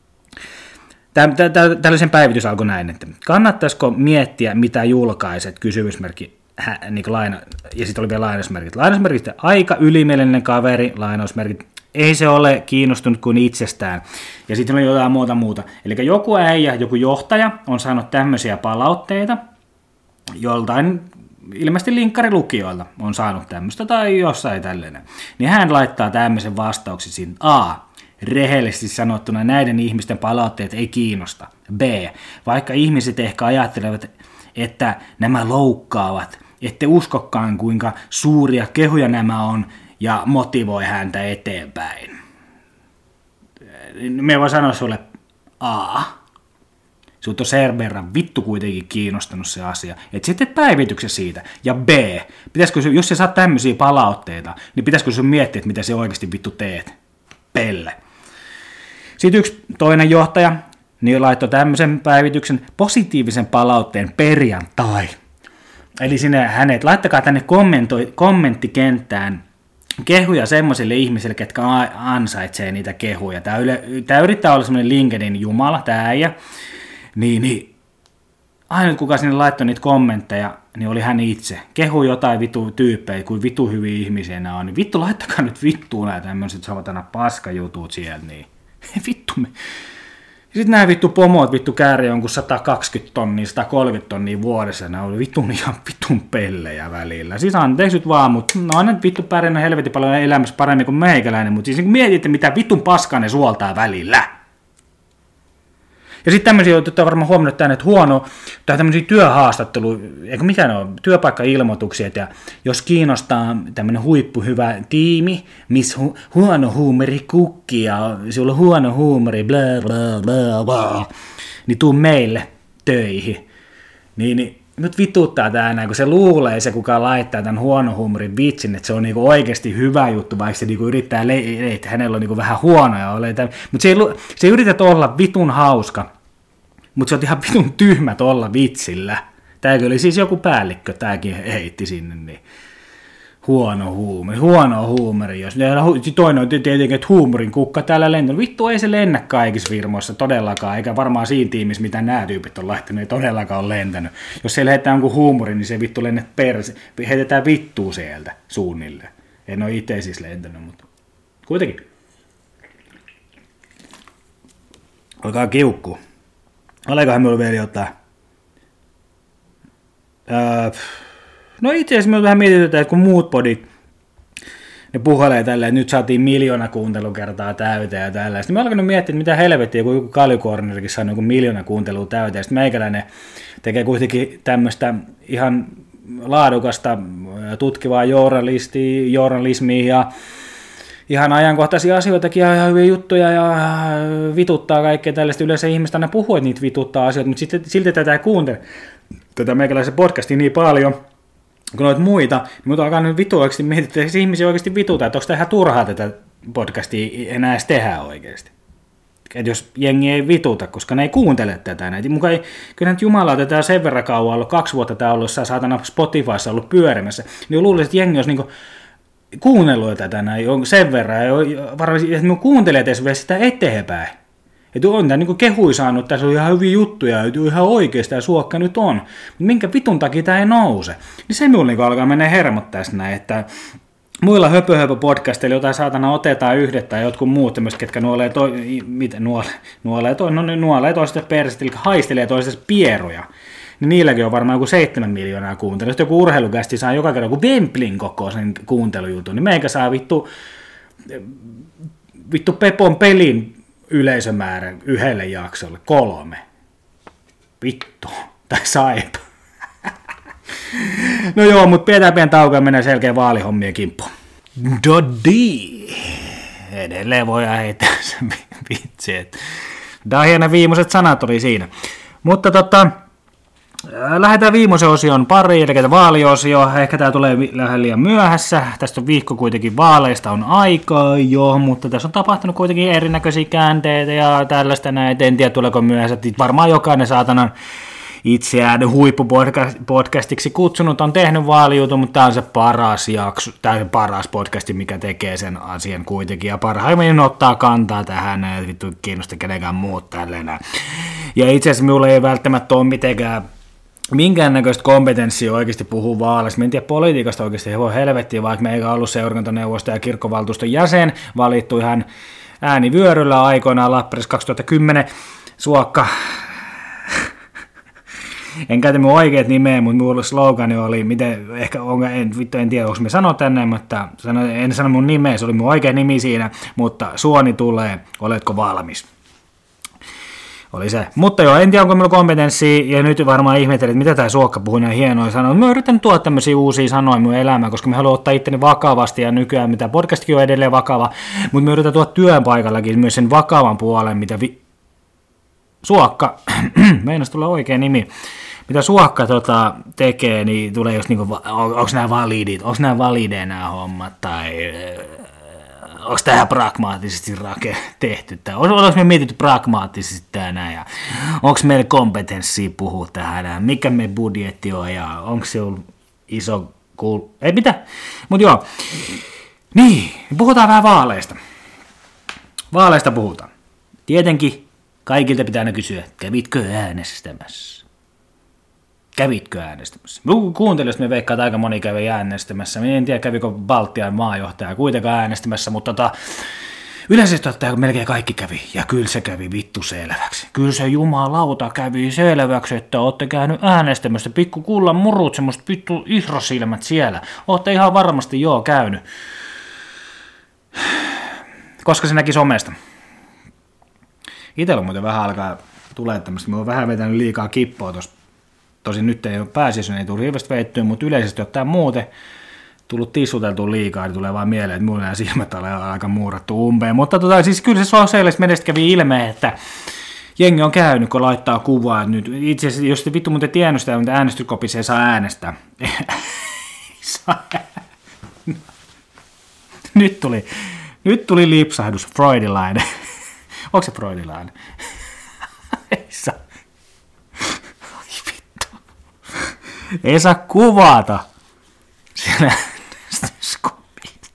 Tällaisen päivitys alkoi näin, että kannattaisiko miettiä, mitä julkaiset, kysymysmerkki, hä, niin laina, ja sitten oli vielä lainausmerkit. Lainausmerkit, aika ylimielinen kaveri, lainausmerkit, ei se ole kiinnostunut kuin itsestään. Ja sitten oli jotain muuta muuta. Eli joku äijä, joku johtaja on saanut tämmöisiä palautteita, joltain, ilmeisesti linkkarilukijoilta on saanut tämmöistä tai jossain tällainen. Niin hän laittaa tämmöisen vastauksen siinä, A, rehellisesti sanottuna näiden ihmisten palautteet ei kiinnosta. B, vaikka ihmiset ehkä ajattelevat, että nämä loukkaavat, ette uskokaan kuinka suuria kehuja nämä on ja motivoi häntä eteenpäin. Me voi sanoa sulle A. Sinut on sen verran vittu kuitenkin kiinnostanut se asia, että sitten päivityksen siitä. Ja B, pitäisikö, jos sä saat tämmöisiä palautteita, niin pitäisikö sun miettiä, että mitä se oikeasti vittu teet? Pelle. Sitten yksi toinen johtaja niin laittoi tämmöisen päivityksen positiivisen palautteen perjantai. Eli sinne hänet, laittakaa tänne kommenttikenttään kehuja semmoisille ihmisille, ketkä ansaitsee niitä kehuja. Tämä, yle, tämä yrittää olla semmoinen LinkedIn jumala, tämä äijä. Niin, niin ainut kuka sinne laittoi niitä kommentteja, niin oli hän itse. Kehu jotain vitu tyyppejä, kuin vitu hyviä ihmisiä nämä on. Niin vittu, laittakaa nyt vittuun nämä tämmöiset saatana paskajutut sieltä. Niin. Vittu me. Sitten nämä vittu pomot vittu kääri jonkun sata kaksikymmentä tonnia, sata kolmekymmentä tonnia vuodessa. Nämä oli vitun ihan vitun pellejä välillä. Siis anteeksi nyt vaan, mutta no on nyt vittu pärjännyt helvetin paljon elämässä paremmin kuin meikäläinen. Mutta siis niin mietitte, mitä vitun paskaa ne suoltaa välillä. Ja sitten tämmöisiä, joita on varmaan huomannut tänne, että huono, tai tämmöisiä työhaastatteluja, eikö mitä ne on, työpaikka-ilmoituksia, ja jos kiinnostaa tämmöinen huippuhyvä tiimi, missä hu- huono huumori kukki, ja sulla on huono huumori, bla bla bla bla, niin tuu meille töihin. Niin, niin nyt vituttaa tää näin, kun se luulee se, kuka laittaa tämän huono huumorin vitsin, että se on niinku oikeasti hyvä juttu, vaikka se niinku yrittää, le- että hänellä on niinku vähän huonoja oleita. Mutta se, se ei yritä olla vitun hauska. Mutta se on ihan vitun tyhmät olla vitsillä. Tämäkin oli siis joku päällikkö, tämäkin heitti sinne, niin huono huumori, huono huumori. Jos toinen on tietenkin, että huumorin kukka täällä lentänyt. Vittu ei se lennä kaikissa firmoissa todellakaan, eikä varmaan siinä tiimissä, mitä nämä tyypit on laittanut, ei todellakaan ole lentänyt. Jos siellä heitetään jonkun huumori, niin se vittu lennät perse, heitetään vittua sieltä suunnilleen. En ole itse siis lentänyt, mutta kuitenkin. Alkaa kiukkua. Olekohan minulla vielä jotain? Öö, no itse asiassa me vähän mietitytään, että kun muut podit, ne puhelee tälleen, että nyt saatiin miljoona kuuntelukertaa täyteen ja tällä. Sitten mä alkanut miettiä, että mitä helvettiä, kun joku Kaljukornerikin saa joku miljoona kuuntelua täyteen. Sitten meikäläinen tekee kuitenkin tämmöistä ihan laadukasta tutkivaa journalistia, journalismia ja ihan ajankohtaisia asioitakin ja ihan hyviä juttuja ja vituttaa kaikkea tällaista. Yleensä ihmiset aina puhuu, että niitä vituttaa asioita, mutta sitten silti tätä ei kuuntele. Tätä meikäläisen podcastia niin paljon, kun noita muita, niin minut alkaa nyt vituaksi miettiä, että ihmisiä oikeasti vituta, että onko tämä ihan turhaa tätä podcastia enää edes tehdä oikeasti. Että jos jengi ei vituta, koska ne ei kuuntele tätä. Näitä. Mukaan ei, kyllä nyt Jumala on tätä sen verran kauan ollut, kaksi vuotta tämä on ollut jossain saatana Spotifyssa ollut pyörimässä, niin luulisin, että jengi olisi niinku kuunnellut tätä näin sen verran, ja varmasti, että minun kuuntelijat edes vie sitä eteenpäin. Että on tämä niin kehui saanut, että tässä on ihan hyviä juttuja, että ihan oikeasti tämä suokka nyt on. Mutta minkä vitun takia tämä ei nouse? Niin se minulle niin alkaa mennä hermot tästä näin, että muilla höpö höpö podcasteilla jotain saatana otetaan yhdet tai jotkut muut tämmöiset, ketkä nuolee, toi, miten, nuole, nuolee, toi, no, nuolee toisesta persestä, eli haistelee toisesta pieroja. Niin niilläkin on varmaan joku seitsemän miljoonaa kuuntelua. Jos joku urheilukästi saa joka kerran joku Wemblin kokoisen kuuntelujutun, niin meikä saa vittu, vittu Pepon pelin yleisömäärän yhdelle jaksolle, kolme. Vittu, tai Saipa. No joo, mutta pidetään pian taukoa ja mennään selkeä vaalihommien kimppuun. Dodi. Edelleen voi heittää se vitsi, että Dahiana viimeiset sanat oli siinä. Mutta tota, lähdetään viimeisen osion pariin, eli vaaliosio. Ehkä tämä tulee vähän liian myöhässä. Tästä on viikko kuitenkin vaaleista on aikaa jo, mutta tässä on tapahtunut kuitenkin erinäköisiä käänteitä ja tällaista näitä. En tiedä tuleeko myöhässä. Varmaan jokainen saatanan itseään huippupodcastiksi kutsunut on tehnyt vaalijutun, mutta tämä on se paras jakso, tämä on se paras podcasti, mikä tekee sen asian kuitenkin. Ja parhaimmin ottaa kantaa tähän, että vittu kiinnosta kenenkään muut tälleen. Ja itse asiassa minulla ei välttämättä ole mitenkään minkäännäköistä kompetenssia oikeasti puhua vaaleista. Mä en tiedä politiikasta oikeasti hevon helvettiä, vaikka me eikä ollut seurantaneuvosto ja kirkkovaltuuston jäsen, valittu ihan äänivyöryllä aikoinaan Lappeenrannassa kaksituhattakymmenen. Suokka. En käytä minun oikeat nimeä, mutta minulla slogani oli, miten, ehkä on, en, vittu, en tiedä, onko me sanoa tänne, mutta sano, en sano mun nimeä, se oli minun oikea nimi siinä, mutta suoni tulee, oletko valmis? Oli se. Mutta joo, en tiedä, onko minulla kompetenssia, ja nyt varmaan ihmettelet, että mitä tämä Suokka puhuu näin hienoja sanoja. Mä yritän tuoda tämmöisiä uusia sanoja minun elämään, koska mä haluan ottaa itteni vakavasti, ja nykyään mitä podcastkin on edelleen vakava, mutta mä yritän tuoda työpaikallakin myös sen vakavan puolen, mitä vi... Suokka, meinas tulee oikea nimi. Mitä Suokka tota, tekee, niin tulee just niinku, on, onko nämä validit, onko nämä valideja nämä hommat, tai onko tämä pragmaattisesti rake, tehty, tai onko me mietitty pragmaattisesti tämä näin, ja onko meillä kompetenssia puhua tähän, mikä meidän budjetti on, ja onko se ollut iso, cool, ei mitä, mutta joo, niin, puhutaan vähän vaaleista, vaaleista puhutaan, tietenkin kaikilta pitää aina kysyä, kävitkö äänestämässä? Kävitkö äänestämässä? Kuuntelin, jos me veikkaan, että aika moni kävi äänestämässä. Minä en tiedä, kävikö Baltian maajohtaja kuitenkaan äänestämässä, mutta tota, yleisesti ottaen melkein kaikki kävi. Ja kyllä se kävi vittu selväksi. Kyllä se jumalauta kävi selväksi, että olette käynyt äänestämässä. Pikku kullan murut, semmoista vittu ihrosilmät siellä. Olette ihan varmasti joo käynyt. Koska se näki somesta. Itellä muuten vähän alkaa tulee tämmöistä. Mä oon vähän vetänyt liikaa kippoa tuossa. Tosin nyt ei ole pääsiäisenä, ei tule hirveästi veittyä, mutta yleisesti ottaen muuten tullut tissuteltua liikaa, niin tulee vaan mieleen, että mulla nämä silmät on aika muurattu umpeen. Mutta tota, siis kyllä se sosiaalisesti menestä kävi ilme, että jengi on käynyt, kun laittaa kuvaa. Nyt, itse asiassa, jos te vittu muuten tiennyt sitä, mutta äänestyskopissa ei saa äänestää. nyt, tuli, nyt tuli lipsahdus, freudilainen. Onko se freudilainen? ei saa. Ei saa kuvata siellä äänestyskopissa.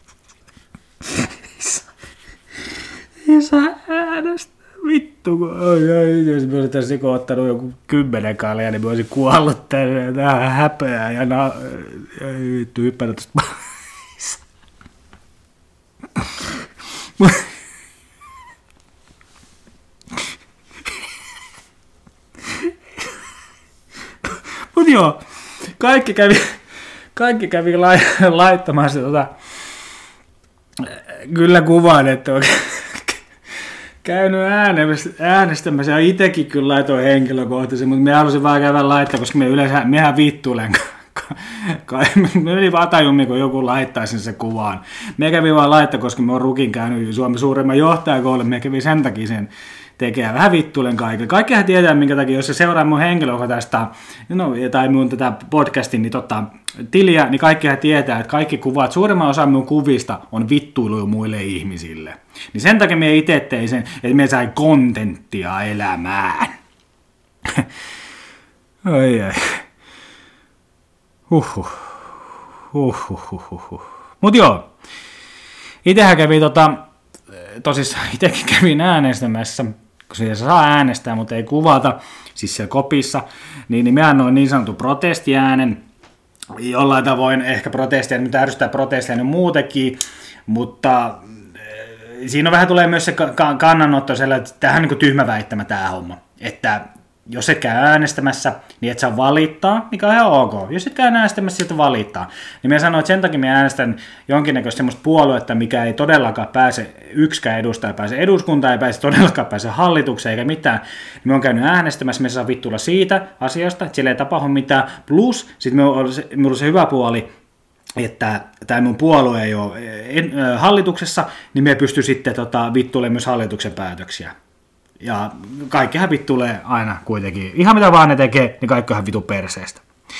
Ei saa äänestää. Vittu, kun jos me olisin ottanut joku kymmenen kalja, niin me olisin kuollut tänne tähän häpeään ja, na- ja vittu hyppänä tästä paissa. Mut joo. kaikki kävi, kaikki kävi lai, laittamaan se tota, kyllä kuvaan, että on käynyt äänestämässä ja itsekin kyllä laitoin henkilökohtaisesti, mutta me halusin vaan käydä laittaa, koska me yleensä, mehän vittuilen. Me oli vaan tajummin, kun joku laittaisi se kuvaan. Me kävi vaan laittaa, koska me on Rukin käynyt Suomen suuremman johtajakoulun, me kävi sen takia sen tekee. Vähän vittuilen kaikille. Kaikkihan tietää, minkä takia, jos se seuraa mun henkilökohtaista, no, tai mun tätä podcastin niin tota, tiliä, niin kaikkihan tietää, että kaikki kuvat, suurimman osa mun kuvista on vittuiluja muille ihmisille. Niin sen takia me itse tein sen, että me sai kontenttia elämään. Ai ai. Huhhuh. Huhhuh. Mut joo. Itehän kävi tota, tosissaan itekin kävin äänestämässä, kun se saa äänestää, mutta ei kuvata, siis siellä kopissa, niin, niin me annoin niin sanotun protestiäänen, jollain tavoin ehkä protestia, nyt ärsyttää protestia nyt muutenkin, mutta siinä on vähän tulee myös se kannanotto sellainen, että tämähän on niin tyhmä väittämä tämä homma, että jos et käy äänestämässä, niin et saa valittaa, mikä on ihan ok. Jos et käy äänestämässä, sieltä valittaa. Niin minä sanoin, että sen takia minä äänestän jonkinnäköistä semmoista puoluetta, mikä ei todellakaan pääse, yksikään edustaja pääse eduskuntaan, ei pääse todellakaan pääse hallitukseen eikä mitään. Niin me on käynyt äänestämässä, me saa vittuilla siitä asiasta, että siellä ei tapahdu mitään. Plus, sitten minulla on se hyvä puoli, että tämä mun puolue ei ole hallituksessa, niin me pysty sitten tota, vittuilemaan myös hallituksen päätöksiä. Ja kaikkihan vittuilee aina kuitenkin. Ihan mitä vaan ne tekee, niin kaikkihan vitu perseestä.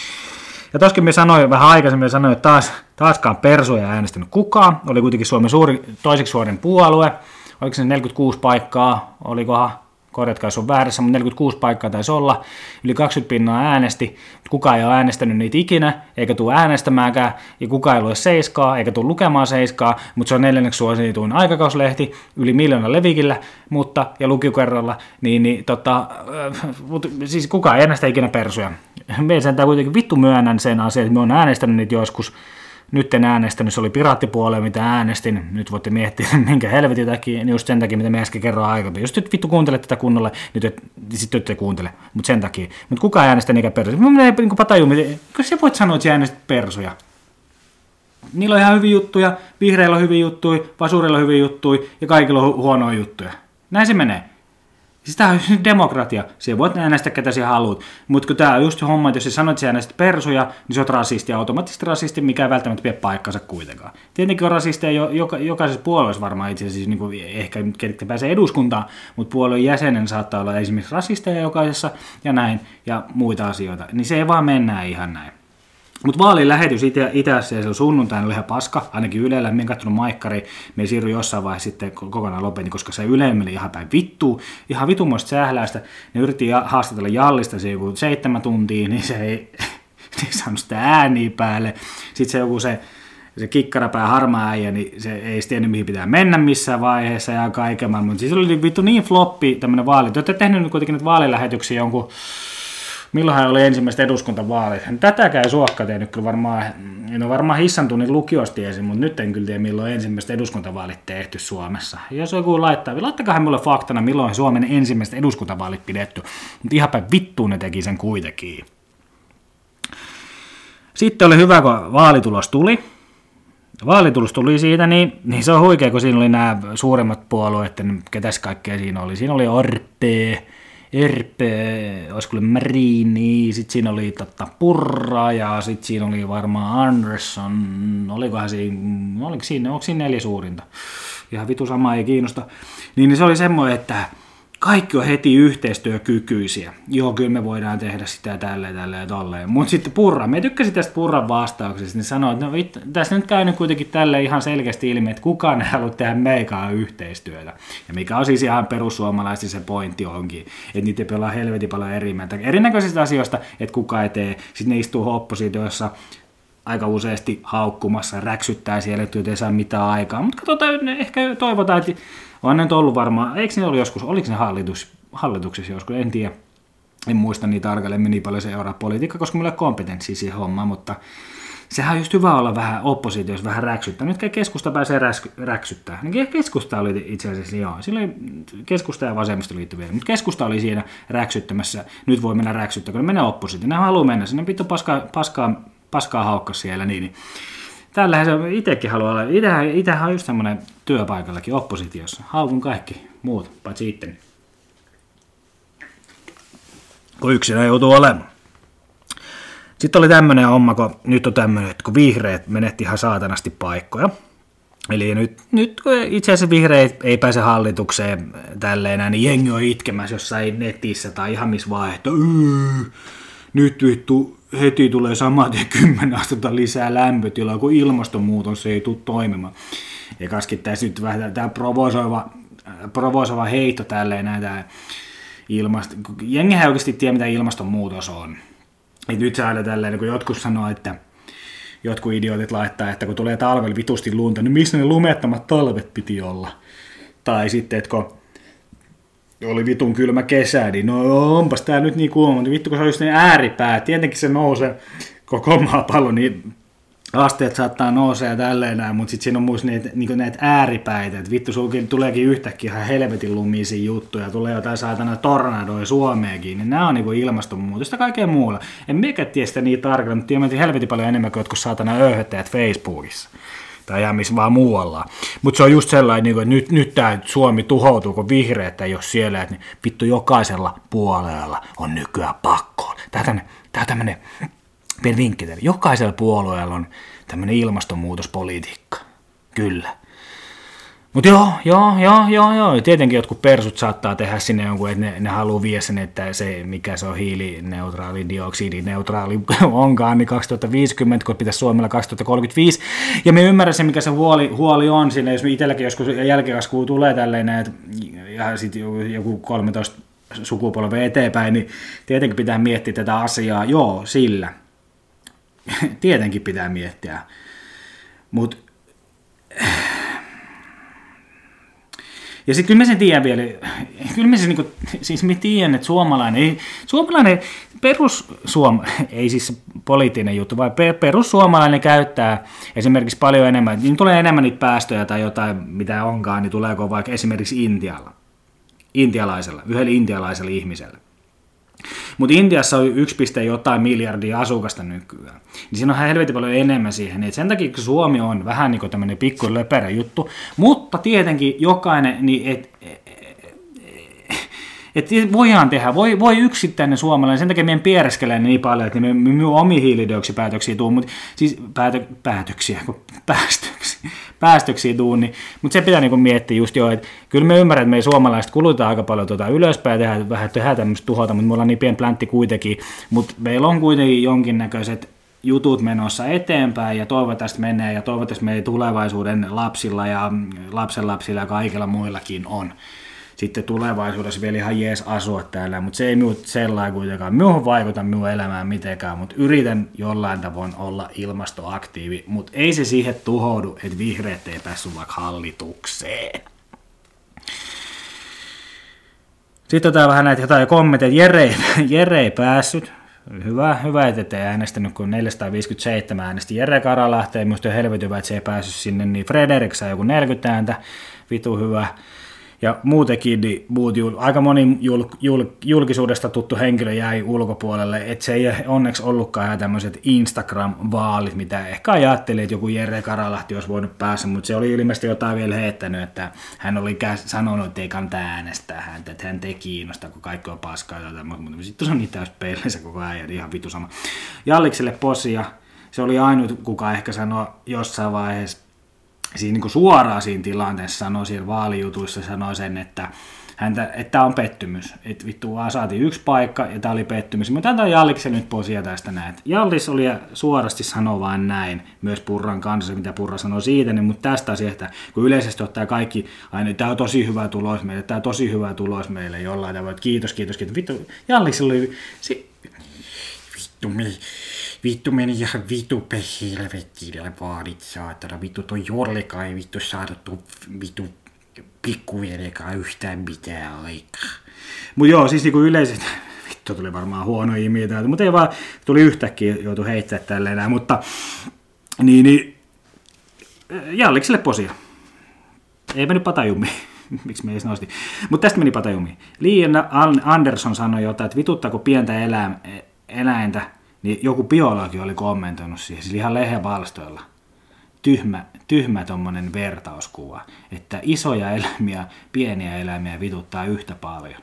Ja toskin me sanoin vähän aikaisemmin, sanoin, että taas, taaskaan persuja äänestänyt kukaan. Oli kuitenkin Suomen suuri, toiseksi suurin puolue. Oliko se neljäkymmentäkuusi paikkaa, olikohan, korjatkaa jos on väärässä, mutta neljäkymmentäkuusi paikkaa taisi olla. Yli kaksikymmentä pinnaa äänesti, kukaan ei ole äänestänyt niitä ikinä, eikä tule äänestämäänkään, ja kukaan ei lue seiskaa, eikä tule lukemaan seiskaa, mutta se on neljänneksi suosituin aikakauslehti, yli miljoona levikillä, mutta, ja lukikerralla, niin, niin tota, mutta, siis kukaan ei äänestä ikinä persuja. Me sentään kuitenkin vittu myönnän sen asian, että me on äänestänyt niitä joskus. Nyt en äänestänyt, se oli piraattipuolue, mitä äänestin. Nyt voitte miettiä, minkä helvetin takia, niin just sen takia, mitä me äsken kerroin aikaisemmin. Jos nyt vittu kuuntelet tätä kunnolla, niin sitten ette kuuntele, mutta sen takia. Mutta kukaan äänestä niinkään persuja. Mä menen niin patajummin, kun sä voit sanoa, että sä äänestit persuja. Niillä on ihan hyviä juttuja, vihreillä on hyviä juttuja, vasurilla on hyviä juttuja ja kaikilla on huonoja juttuja. Näin se menee. Siis tämä on demokratia. Siellä voit äänestää, ketä sinä haluat. Mutta kun tämä on just homma, että jos sä sanot, että sä äänestät persuja, niin sä oot rasisti ja automaattisesti rasisti, mikä ei välttämättä pidä paikkansa kuitenkaan. Tietenkin on rasisteja joka, jokaisessa puolueessa varmaan itse asiassa, niin kuin ehkä ketkä pääsee eduskuntaan, mutta puolueen jäsenen saattaa olla esimerkiksi rasisteja jokaisessa ja näin ja muita asioita. Niin se ei vaan mennä ihan näin. Mutta vaalilähetys itse asiassa sunnuntaina oli ihan paska, ainakin Ylellä, minä en katsonut maikkari, me siirry jossain vaiheessa sitten kokonaan lopetin, koska se Yle meni ihan päin vittuun, ihan vitumoista sähläistä, ne yritti haastatella Jallista se joku seitsemän tuntia, niin se ei, ei saanut sitä ääniä päälle, sitten se joku se, se kikkarapää harmaa äijä, niin se ei tiennyt mihin pitää mennä missään vaiheessa ja kaiken maailman, mutta siis oli vittu niin floppi tämmöinen vaali, te olette tehnyt kuitenkin nyt vaalilähetyksiä jonkun. Milloinhan oli ensimmäiset eduskuntavaalit? Tätäkään ei suokka tehnyt kyllä varmaan, en ole varmaan hissantunut lukiosta tiesin, mutta nyt en kyllä tiedä milloin ensimmäiset eduskuntavaalit tehty Suomessa. Jos joku laittaa, laittakahan mulle faktana, milloin Suomen ensimmäiset eduskuntavaalit pidetty, mutta ihan päin vittuun ne teki sen kuitenkin. Sitten oli hyvä, kun vaalitulos tuli. Vaalitulos tuli siitä, niin, niin se on huikea, kun siinä oli nämä suuremmat puolueet, ketäs kaikkea siinä oli. Siinä oli Orpe, Erpe, olisiko oli Marini, sitten siinä oli totta, Purra ja sitten siinä oli varmaan Andersson, olikohan siinä, oliko siinä, onko siinä neljä suurinta, ihan vitu sama ei kiinnosta, niin, niin se oli semmoinen, että kaikki on heti yhteistyökykyisiä. Joo, kyllä me voidaan tehdä sitä tälleen, tälleen ja tolleen. Mutta sitten Purra, me tykkäsin tästä Purran vastauksesta, niin sanoi, että no, vittu, tässä nyt käynyt kuitenkin tälle ihan selkeästi ilmi, että kukaan ei halua tehdä meikaan yhteistyötä. Ja mikä on siis ihan perussuomalaisesti se pointti onkin, että niitä pelaa helvetin paljon eri mieltä. Erinäköisistä asioista, että kukaan ei tee. Sitten ne istuu oppositiossa aika useasti haukkumassa, räksyttää siellä, että ei saa mitään aikaa. Mutta katsotaan, ehkä toivotaan, että on nyt ollut varmaan, eikö ne ollut joskus, oliko ne hallitus, hallituksessa joskus, en tiedä, en muista niin tarkalleen, niin paljon seuraa politiikka, koska minulla ei ole kompetenssia siihen hommaan, mutta sehän on just hyvä olla vähän oppositiossa vähän räksyttää. Nyt keskusta pääsee räsky- räksyttää. Keskusta oli itse asiassa, joo, silloin keskusta ja vasemmistoliitto vielä, mutta keskusta oli siinä räksyttämässä, nyt voi mennä räksyttää, kun ne menee oppositioon. Ne haluaa mennä sinne, pitää paskaa, paskaa, paskaa haukka siellä, niin, niin. Tällähän se itsekin haluaa olla. Itähän, itähän on just semmoinen työpaikallakin oppositiossa. Haukun kaikki muut, paitsi itteni. Kun yksinä joutuu olemaan. Sitten oli tämmöinen homma, kun nyt on tämmöinen, että kun vihreät menetti ihan saatanasti paikkoja. Eli nyt, nyt kun itse asiassa vihreät ei pääse hallitukseen tälleen enää, niin jengi on itkemässä jossain netissä tai ihan missä vaan, että nyt vittu heti tulee saman tien kymmenen astetta lisää lämpötilaa, kun ilmastonmuutos ei tule toimimaan. Ja kaskin tässä nyt vähän tämä provosoiva, provosoiva heitto tälleen näitä ilmasto. Jengihän ei oikeasti tiedä, mitä ilmastonmuutos on. Et nyt se aina tälleen, kun jotkut sanoo, että jotkut idiotit laittaa, että kun tulee talvella vitusti lunta, niin missä ne lumettomat talvet piti olla? Tai sitten, että kun oli vitun kylmä kesä, niin no onpas tää nyt niin kuuma, mutta vittu kun se on just niin ääripää, tietenkin se nousee koko maapallo, niin asteet saattaa nousea ja tälleen näin, mutta sitten siinä on myös näitä, niin näitä ääripäitä, että vittu sulkin tuleekin yhtäkkiä ihan helvetin lumisia juttuja, tulee jotain saatana tornadoja Suomeenkin, niin nämä on niin ilmastonmuutosta kaikkea muulla. En mikä tiedä sitä niin tarkkaan, mutta tiedän helvetin paljon enemmän kuin jotkut saatana öyhöttäjät Facebookissa. Tai ihan missä vaan muualla. Mutta se on just sellainen, että nyt, nyt tämä Suomi tuhoutuu, kun vihreät ei ole siellä, että vittu jokaisella puolella on nykyään pakko. Tämä on tämmöinen pieni vinkki teille. Jokaisella puolueella on tämmöinen ilmastonmuutospolitiikka. Kyllä. Mutta joo, joo, joo, joo, joo. Tietenkin jotkut persut saattaa tehdä sinne jonkun, että ne, ne haluaa viedä sen, että se, mikä se on hiilineutraali, dioksidineutraali onkaan, niin kaksituhattaviisikymmentä, kun pitäisi Suomella kaksituhattakolmekymmentäviisi. Ja me ymmärrän se, mikä se huoli, huoli on siinä, jos me itselläkin joskus jälkikaskuun tulee tälleen, että, ja sitten joku kolmetoista sukupolve eteenpäin, niin tietenkin pitää miettiä tätä asiaa. Joo, sillä. Tietenkin pitää miettiä. Mutta ja sitten kyllä mä sen tiedän vielä, kyllä mä sen niinku, siis mä tiedän, että suomalainen, ei, suomalainen perussuom, ei siis poliittinen juttu, vaan perussuomalainen käyttää esimerkiksi paljon enemmän, niin tulee enemmän niitä päästöjä tai jotain, mitä onkaan, niin tuleeko vaikka esimerkiksi Intialla, intialaisella, yhdellä intialaisella ihmisellä. Mutta Intiassa on yksi pilkku jotain miljardia asukasta nykyään. Niin siinä on helvetin paljon enemmän siihen. Et sen takia, kun Suomi on vähän niin kuin tämmöinen pikku löperä juttu, mutta tietenkin jokainen, niin et, et, et voidaan tehdä, voi, voi yksittäinen suomalainen, sen takia meidän piereskelee niin paljon, että me, me, me omia hiilidioksidipäätöksiä tuu, mutta siis päätö, päätöksiä, päästöksiä, päästöksiä tuu, niin, mutta se pitää niin miettiä just jo, että kyllä me ymmärrän, että me suomalaiset kulutaan aika paljon tuota ylöspäin, tehdään vähän tehdään tämmöistä tuhota, mutta me ollaan niin pieni pläntti kuitenkin, mutta meillä on kuitenkin jonkinnäköiset jutut menossa eteenpäin ja toivottavasti menee ja toivottavasti meidän tulevaisuuden lapsilla ja lapsenlapsilla ja kaikilla muillakin on sitten tulevaisuudessa vielä ihan jees asua täällä, mutta se ei minut sellainen kuitenkaan. Minuun vaikuta minun elämään mitenkään, mutta yritän jollain tavoin olla ilmastoaktiivi, mutta ei se siihen tuhoudu, että vihreät ei päässyt vaikka hallitukseen. Sitten otetaan vähän näitä jotain kommentteja. Jere, Jere ei päässyt. Hyvä, hyvä, että te äänestänyt, kun neljäsataaviisikymmentäseitsemän äänesti Jere Karalahteen. Minusta on helvetin hyvä, että se ei päässyt sinne, niin Frederik sai joku neljäkymmentä ääntä. Vitu hyvä. Ja muutenkin niin muut, aika moni jul, jul, julkisuudesta tuttu henkilö jäi ulkopuolelle, että se ei onneksi ollutkaan ihan tämmöiset Instagram-vaalit, mitä ehkä ajattelin, että joku Jere Karalahti olisi voinut päästä, mutta se oli ilmeisesti jotain vielä heittänyt, että hän oli sanonut, että ei kannata äänestää häntä, että hän ei kiinnosta, kun kaikki on paskaa ja jotain, mutta sitten se on niin täys peilissä koko ajan, ihan vitu sama. Jallikselle posia, se oli ainut, kuka ehkä sanoi jossain vaiheessa, siinä niin suoraan siinä tilanteessa sanoi siellä vaalijutuissa sanoi sen, että häntä, että tämä on pettymys. Että vittu vaan saatiin yksi paikka ja tämä oli pettymys. Mutta antaa Jalliksen nyt posia tästä näin. Jallis oli suorasti sanoo vain näin, myös Purran kanssa, mitä Purra sanoi siitä, niin, mutta tästä asiasta, kun yleisesti ottaa kaikki, aina tämä on tosi hyvä tulos meille, tämä on tosi hyvä tulos meille jollain tavalla, kiitos, kiitos, kiitos. Vittu, Jallis oli, si... vittu me... Vittu meni ihan vitu helvettiin vaadit saatana. Vittu toi Jorlika ei vittu saada tuon vittu pikkuvielekaan yhtään mitään aikaa. Mut joo, siis niinku yleisesti, vittu tuli varmaan huono imiä täältä, mutta ei vaan, tuli yhtäkkiä joutu heittää tälleen, mutta Niin, niin Jallikselle posia. Ei mennyt patajumiin. Miksi me ei nosti? Mutta tästä meni patajumiin. Liian Andersson sanoi jotain, että vituttaako pientä elä, eläintä, niin joku biologi oli kommentoinut siihen, siis ihan lehjäpalstoilla. Tyhmä, tyhmä tommonen vertauskuva, että isoja eläimiä, pieniä eläimiä vituttaa yhtä paljon.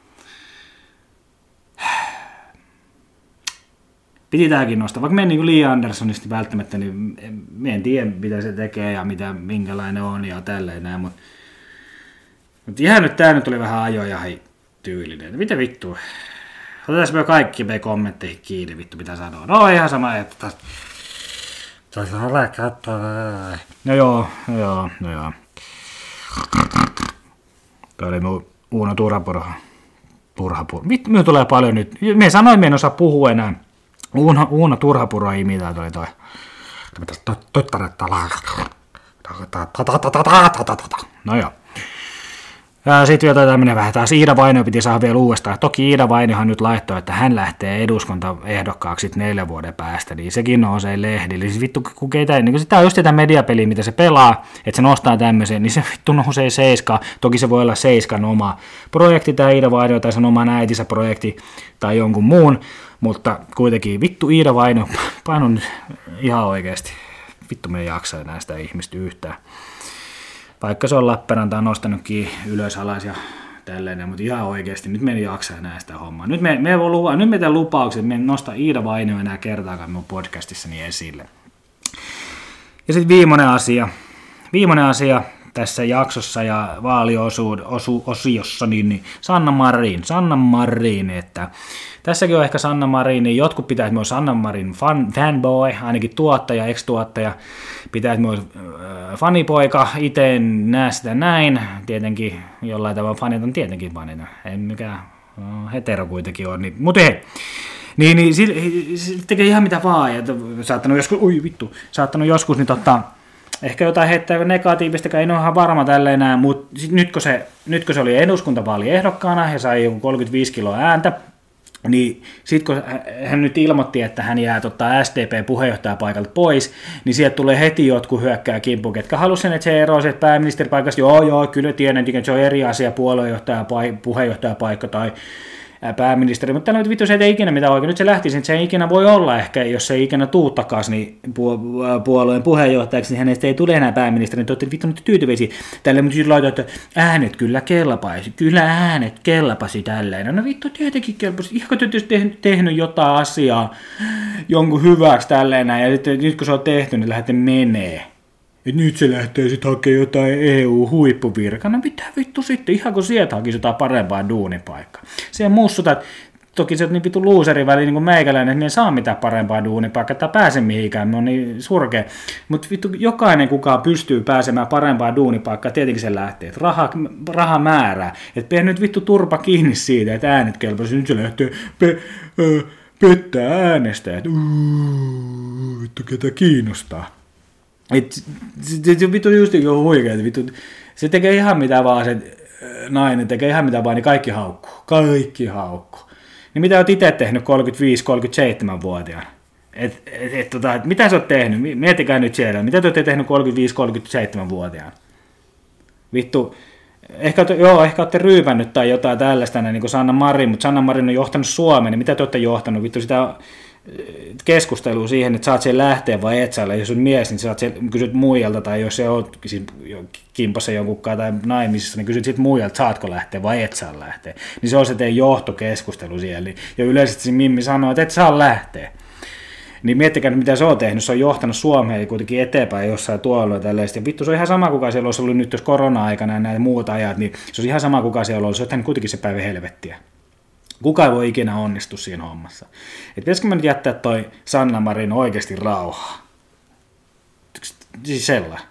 Piti tämäkin nostaa, vaikka me en niin Lee Andersonista välttämättä, niin me en tiedä mitä se tekee ja mitä, minkälainen on ja tälleen näin, mutta mut ihan nyt tää nyt oli vähän ajoja tyylinen. Mitä vittua? Otetaan me kaikki me kommentteihin kiinni, vittu mitä sanoo. No ihan sama, että no joo, no joo, no joo. Tämä oli mun Uuno Turhapuro. Turhapuro. Minun tulee paljon nyt. Me sanoin, että en osaa puhua enää. Uuno, Uuno Turhapuro imitaat oli toi. No joo. Sitten vielä tämmöinen vähän taas Iida Vainio piti saada vielä uudestaan. Toki Iida Vainiohan nyt laittoi, että hän lähtee eduskuntaehdokkaaksi neljän vuoden päästä, niin sekin nousee lehdille. Siis vittu, kun keitä, niin sitä on just sitä mediapeliä, mitä se pelaa, että se nostaa tämmöisen, niin se vittu nousee seiskaan. Toki se voi olla seiskan oma projekti, tai Iida Vainio, tai sen oman äitinsä projekti, tai jonkun muun, mutta kuitenkin vittu Iida Vainio, painon ihan oikeasti. Vittu me ei jaksa enää sitä ihmistä yhtään. Vaikka se on Lappeenrantaan nostanutkin ylös alas ja tälleen, mutta ihan oikeasti, nyt me ei jaksa enää sitä hommaa. Nyt me, me, lupa, nyt me teemme lupaukset, että me en nosta Iida Vainio enää kertaakaan minun podcastissani esille. Ja sitten viimeinen asia, viimeinen asia tässä jaksossa ja vaaliosiossa, niin, niin Sanna Marin, Sanna Marin, että tässäkin on ehkä Sanna Marin, niin jotkut pitää, että me on Sanna Marin fan, fanboy, ainakin tuottaja, ex-tuottaja, pitää, että me on äh, fanipoika, itse en näe sitä näin, tietenkin jollain tavalla fanit on tietenkin fanita, ei mikään no, hetero kuitenkin on, niin, mutta hei, niin, niin sit tekee ihan mitä vaan, ja saattanut joskus, ui vittu, saattanut joskus, niin totta, ehkä jotain heittää negatiivista, ei ole ihan varma tälleen enää, mutta nyt kun, se, nyt kun se oli eduskuntavaaliehdokkaana ja sai joku kolmekymmentäviisi kiloa ääntä, niin sitten kun hän nyt ilmoitti, että hän jää tota S D P-puheenjohtajapaikalta pois, niin sieltä tulee heti jotkut hyökkää kimppuun, ketkä halusivat, että se erosi pääministeripaikasta, joo joo, kyllä tiedän, että se on eri asia puheenjohtajapaikka tai pääministeri, mutta tällä vittu se ei ikinä mitään oikein. Nyt se lähtisi, että se ei ikinä voi olla ehkä, jos se ei ikinä tuu takaisin niin puolueen puheenjohtajaksi, niin hänestä ei tule enää pääministeri, niin te olette vittu nyt tyytyväisiä. Tällä mutta sitten laitoin, että äänet kyllä kelpaisi, kyllä äänet kelpasi tälleen. No vittu tietenkin kelpasi, ihan kun te olette tehnyt jotain asiaa jonkun hyväksi tälleen, ja sitten, nyt kun se on tehty, niin lähdette menee. Et nyt se lähtee sitten hakemaan jotain E U-huippuvirkaa. No mitä vittu sitten, ihan kun sieltä hakisi jotain parempaa duunipaikkaa. Siihen mussutat, toki se on niin vittu luuseri väliin niin kuin meikäläinen, että ne ei saa mitään parempaa duunipaikkaa, tai pääse mihinkään, me on niin surkea. Mutta vittu jokainen kukaan pystyy pääsemään parempaa duunipaikkaa, tietenkin se lähtee, että raha, raha määrää. Että pidä nyt vittu turpa kiinni siitä, että äänet kelpaisi, nyt se lähtee pe, ö, pettää äänestä, että vittu ketä kiinnostaa. Et, se, se vittu just on huikeeta, vittu. Se tekee ihan mitä vaan, se nainen tekee ihan mitä vaan, niin kaikki haukkuu. Kaikki haukkuu. Niin mitä olet itse tehnyt kolmekymmentäviisi kolmekymmentäseitsemän-vuotiaana? Et, et, et, tota, et, mitä sä oot tehnyt? Miettikää nyt siellä. Mitä te olette tehnyt kolmekymmentäviisi kolmekymmentäseitsemän-vuotiaana? Vittu, ehkä, joo, ehkä olette ryypännyt tai jotain tällaista, niin kuin Sanna Marin, mutta Sanna Marin on johtanut Suomeen, niin mitä te olette johtanut? Vittu sitä keskustelua siihen, että saat sen lähteä vai et saa, jos on mies, niin saat sen, kysyt muijalta, tai jos se on kimpassa jonkunkaan tai naimisissa, niin kysyt sitten muijalta, saatko lähteä vai et saa lähteä. Niin se on se teidän johtokeskustelu siellä. Ja yleisesti se Mimmi sanoo, että et saa lähteä. Niin miettikää, mitä se on tehnyt. Se on johtanut Suomeen kuitenkin eteenpäin jossain tuolla tällaista. Ja vittu, se on ihan sama, kuka siellä olisi ollut nyt, jos korona-aikana ja näitä muut ajat, niin se on ihan sama, kuka siellä on ollut. Se on tehnyt kuitenkin se päivä helvettiä. Kuka ei voi ikinä onnistua siinä hommassa. Et pitäisikö me nyt jättää toi Sanna Marin oikeasti rauhaa? Siis sellainen.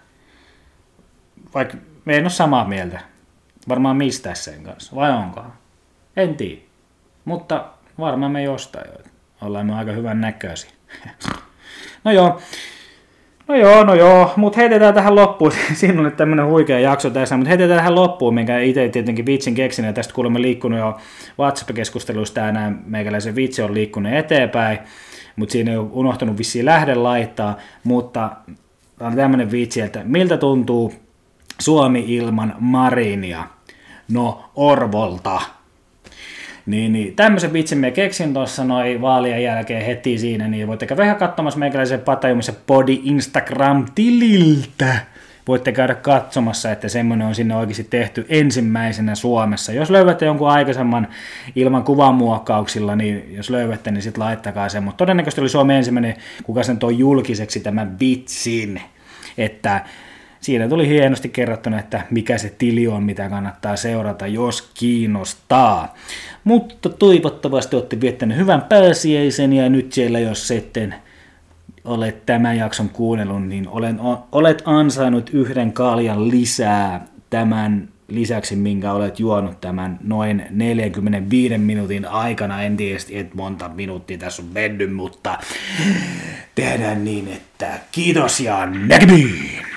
Vaikka me en ole samaa mieltä. Varmaan mistään sen kanssa. Vai onkohan? En tiedä. Mutta varmaan me jostain. Ollaan me aika hyvän näköisiä. No joo. No No joo, no joo, mutta heitetään tähän loppuun. Siinä on nyt tämmönen huikea jakso tässä, mutta heitetään tähän loppuun, minkä itse tietenkin vitsin keksin, ja tästä kuulemma liikkunut jo WhatsApp-keskustelusta tänään, meikäläisen vitsi on liikkunut eteenpäin, mutta siinä ei ole unohtunut vissiin lähde laittaa, mutta on tämmönen vitsi, että miltä tuntuu Suomi ilman Marinia? No, Orvolta. Niin, niin tämmöisen vitsin me keksin tuossa noin vaalien jälkeen heti siinä, niin voitte käydä ihan katsomassa meikäläisen Patajumissa Body Instagram-tililtä. Voitte käydä katsomassa, että semmoinen on sinne oikeasti tehty ensimmäisenä Suomessa. Jos löydätte jonkun aikaisemman ilman kuvamuokkauksilla, niin jos löydätte, niin sitten laittakaa sen. Mutta todennäköisesti oli Suomen ensimmäinen, kuka sen toi julkiseksi tämän vitsin, että siinä tuli hienosti kerrottuna, että mikä se tili on, mitä kannattaa seurata, jos kiinnostaa. Mutta toivottavasti olette viettäneet hyvän pääsiäisen, ja nyt siellä, jos sitten olet tämän jakson kuunnellut, niin olen, olet ansainnut yhden kaljan lisää tämän lisäksi, minkä olet juonut tämän noin neljänkymmenenviiden minuutin aikana. En tiedä, että monta minuuttia tässä on mennyt, mutta tehdään niin, että kiitos ja näkemiin!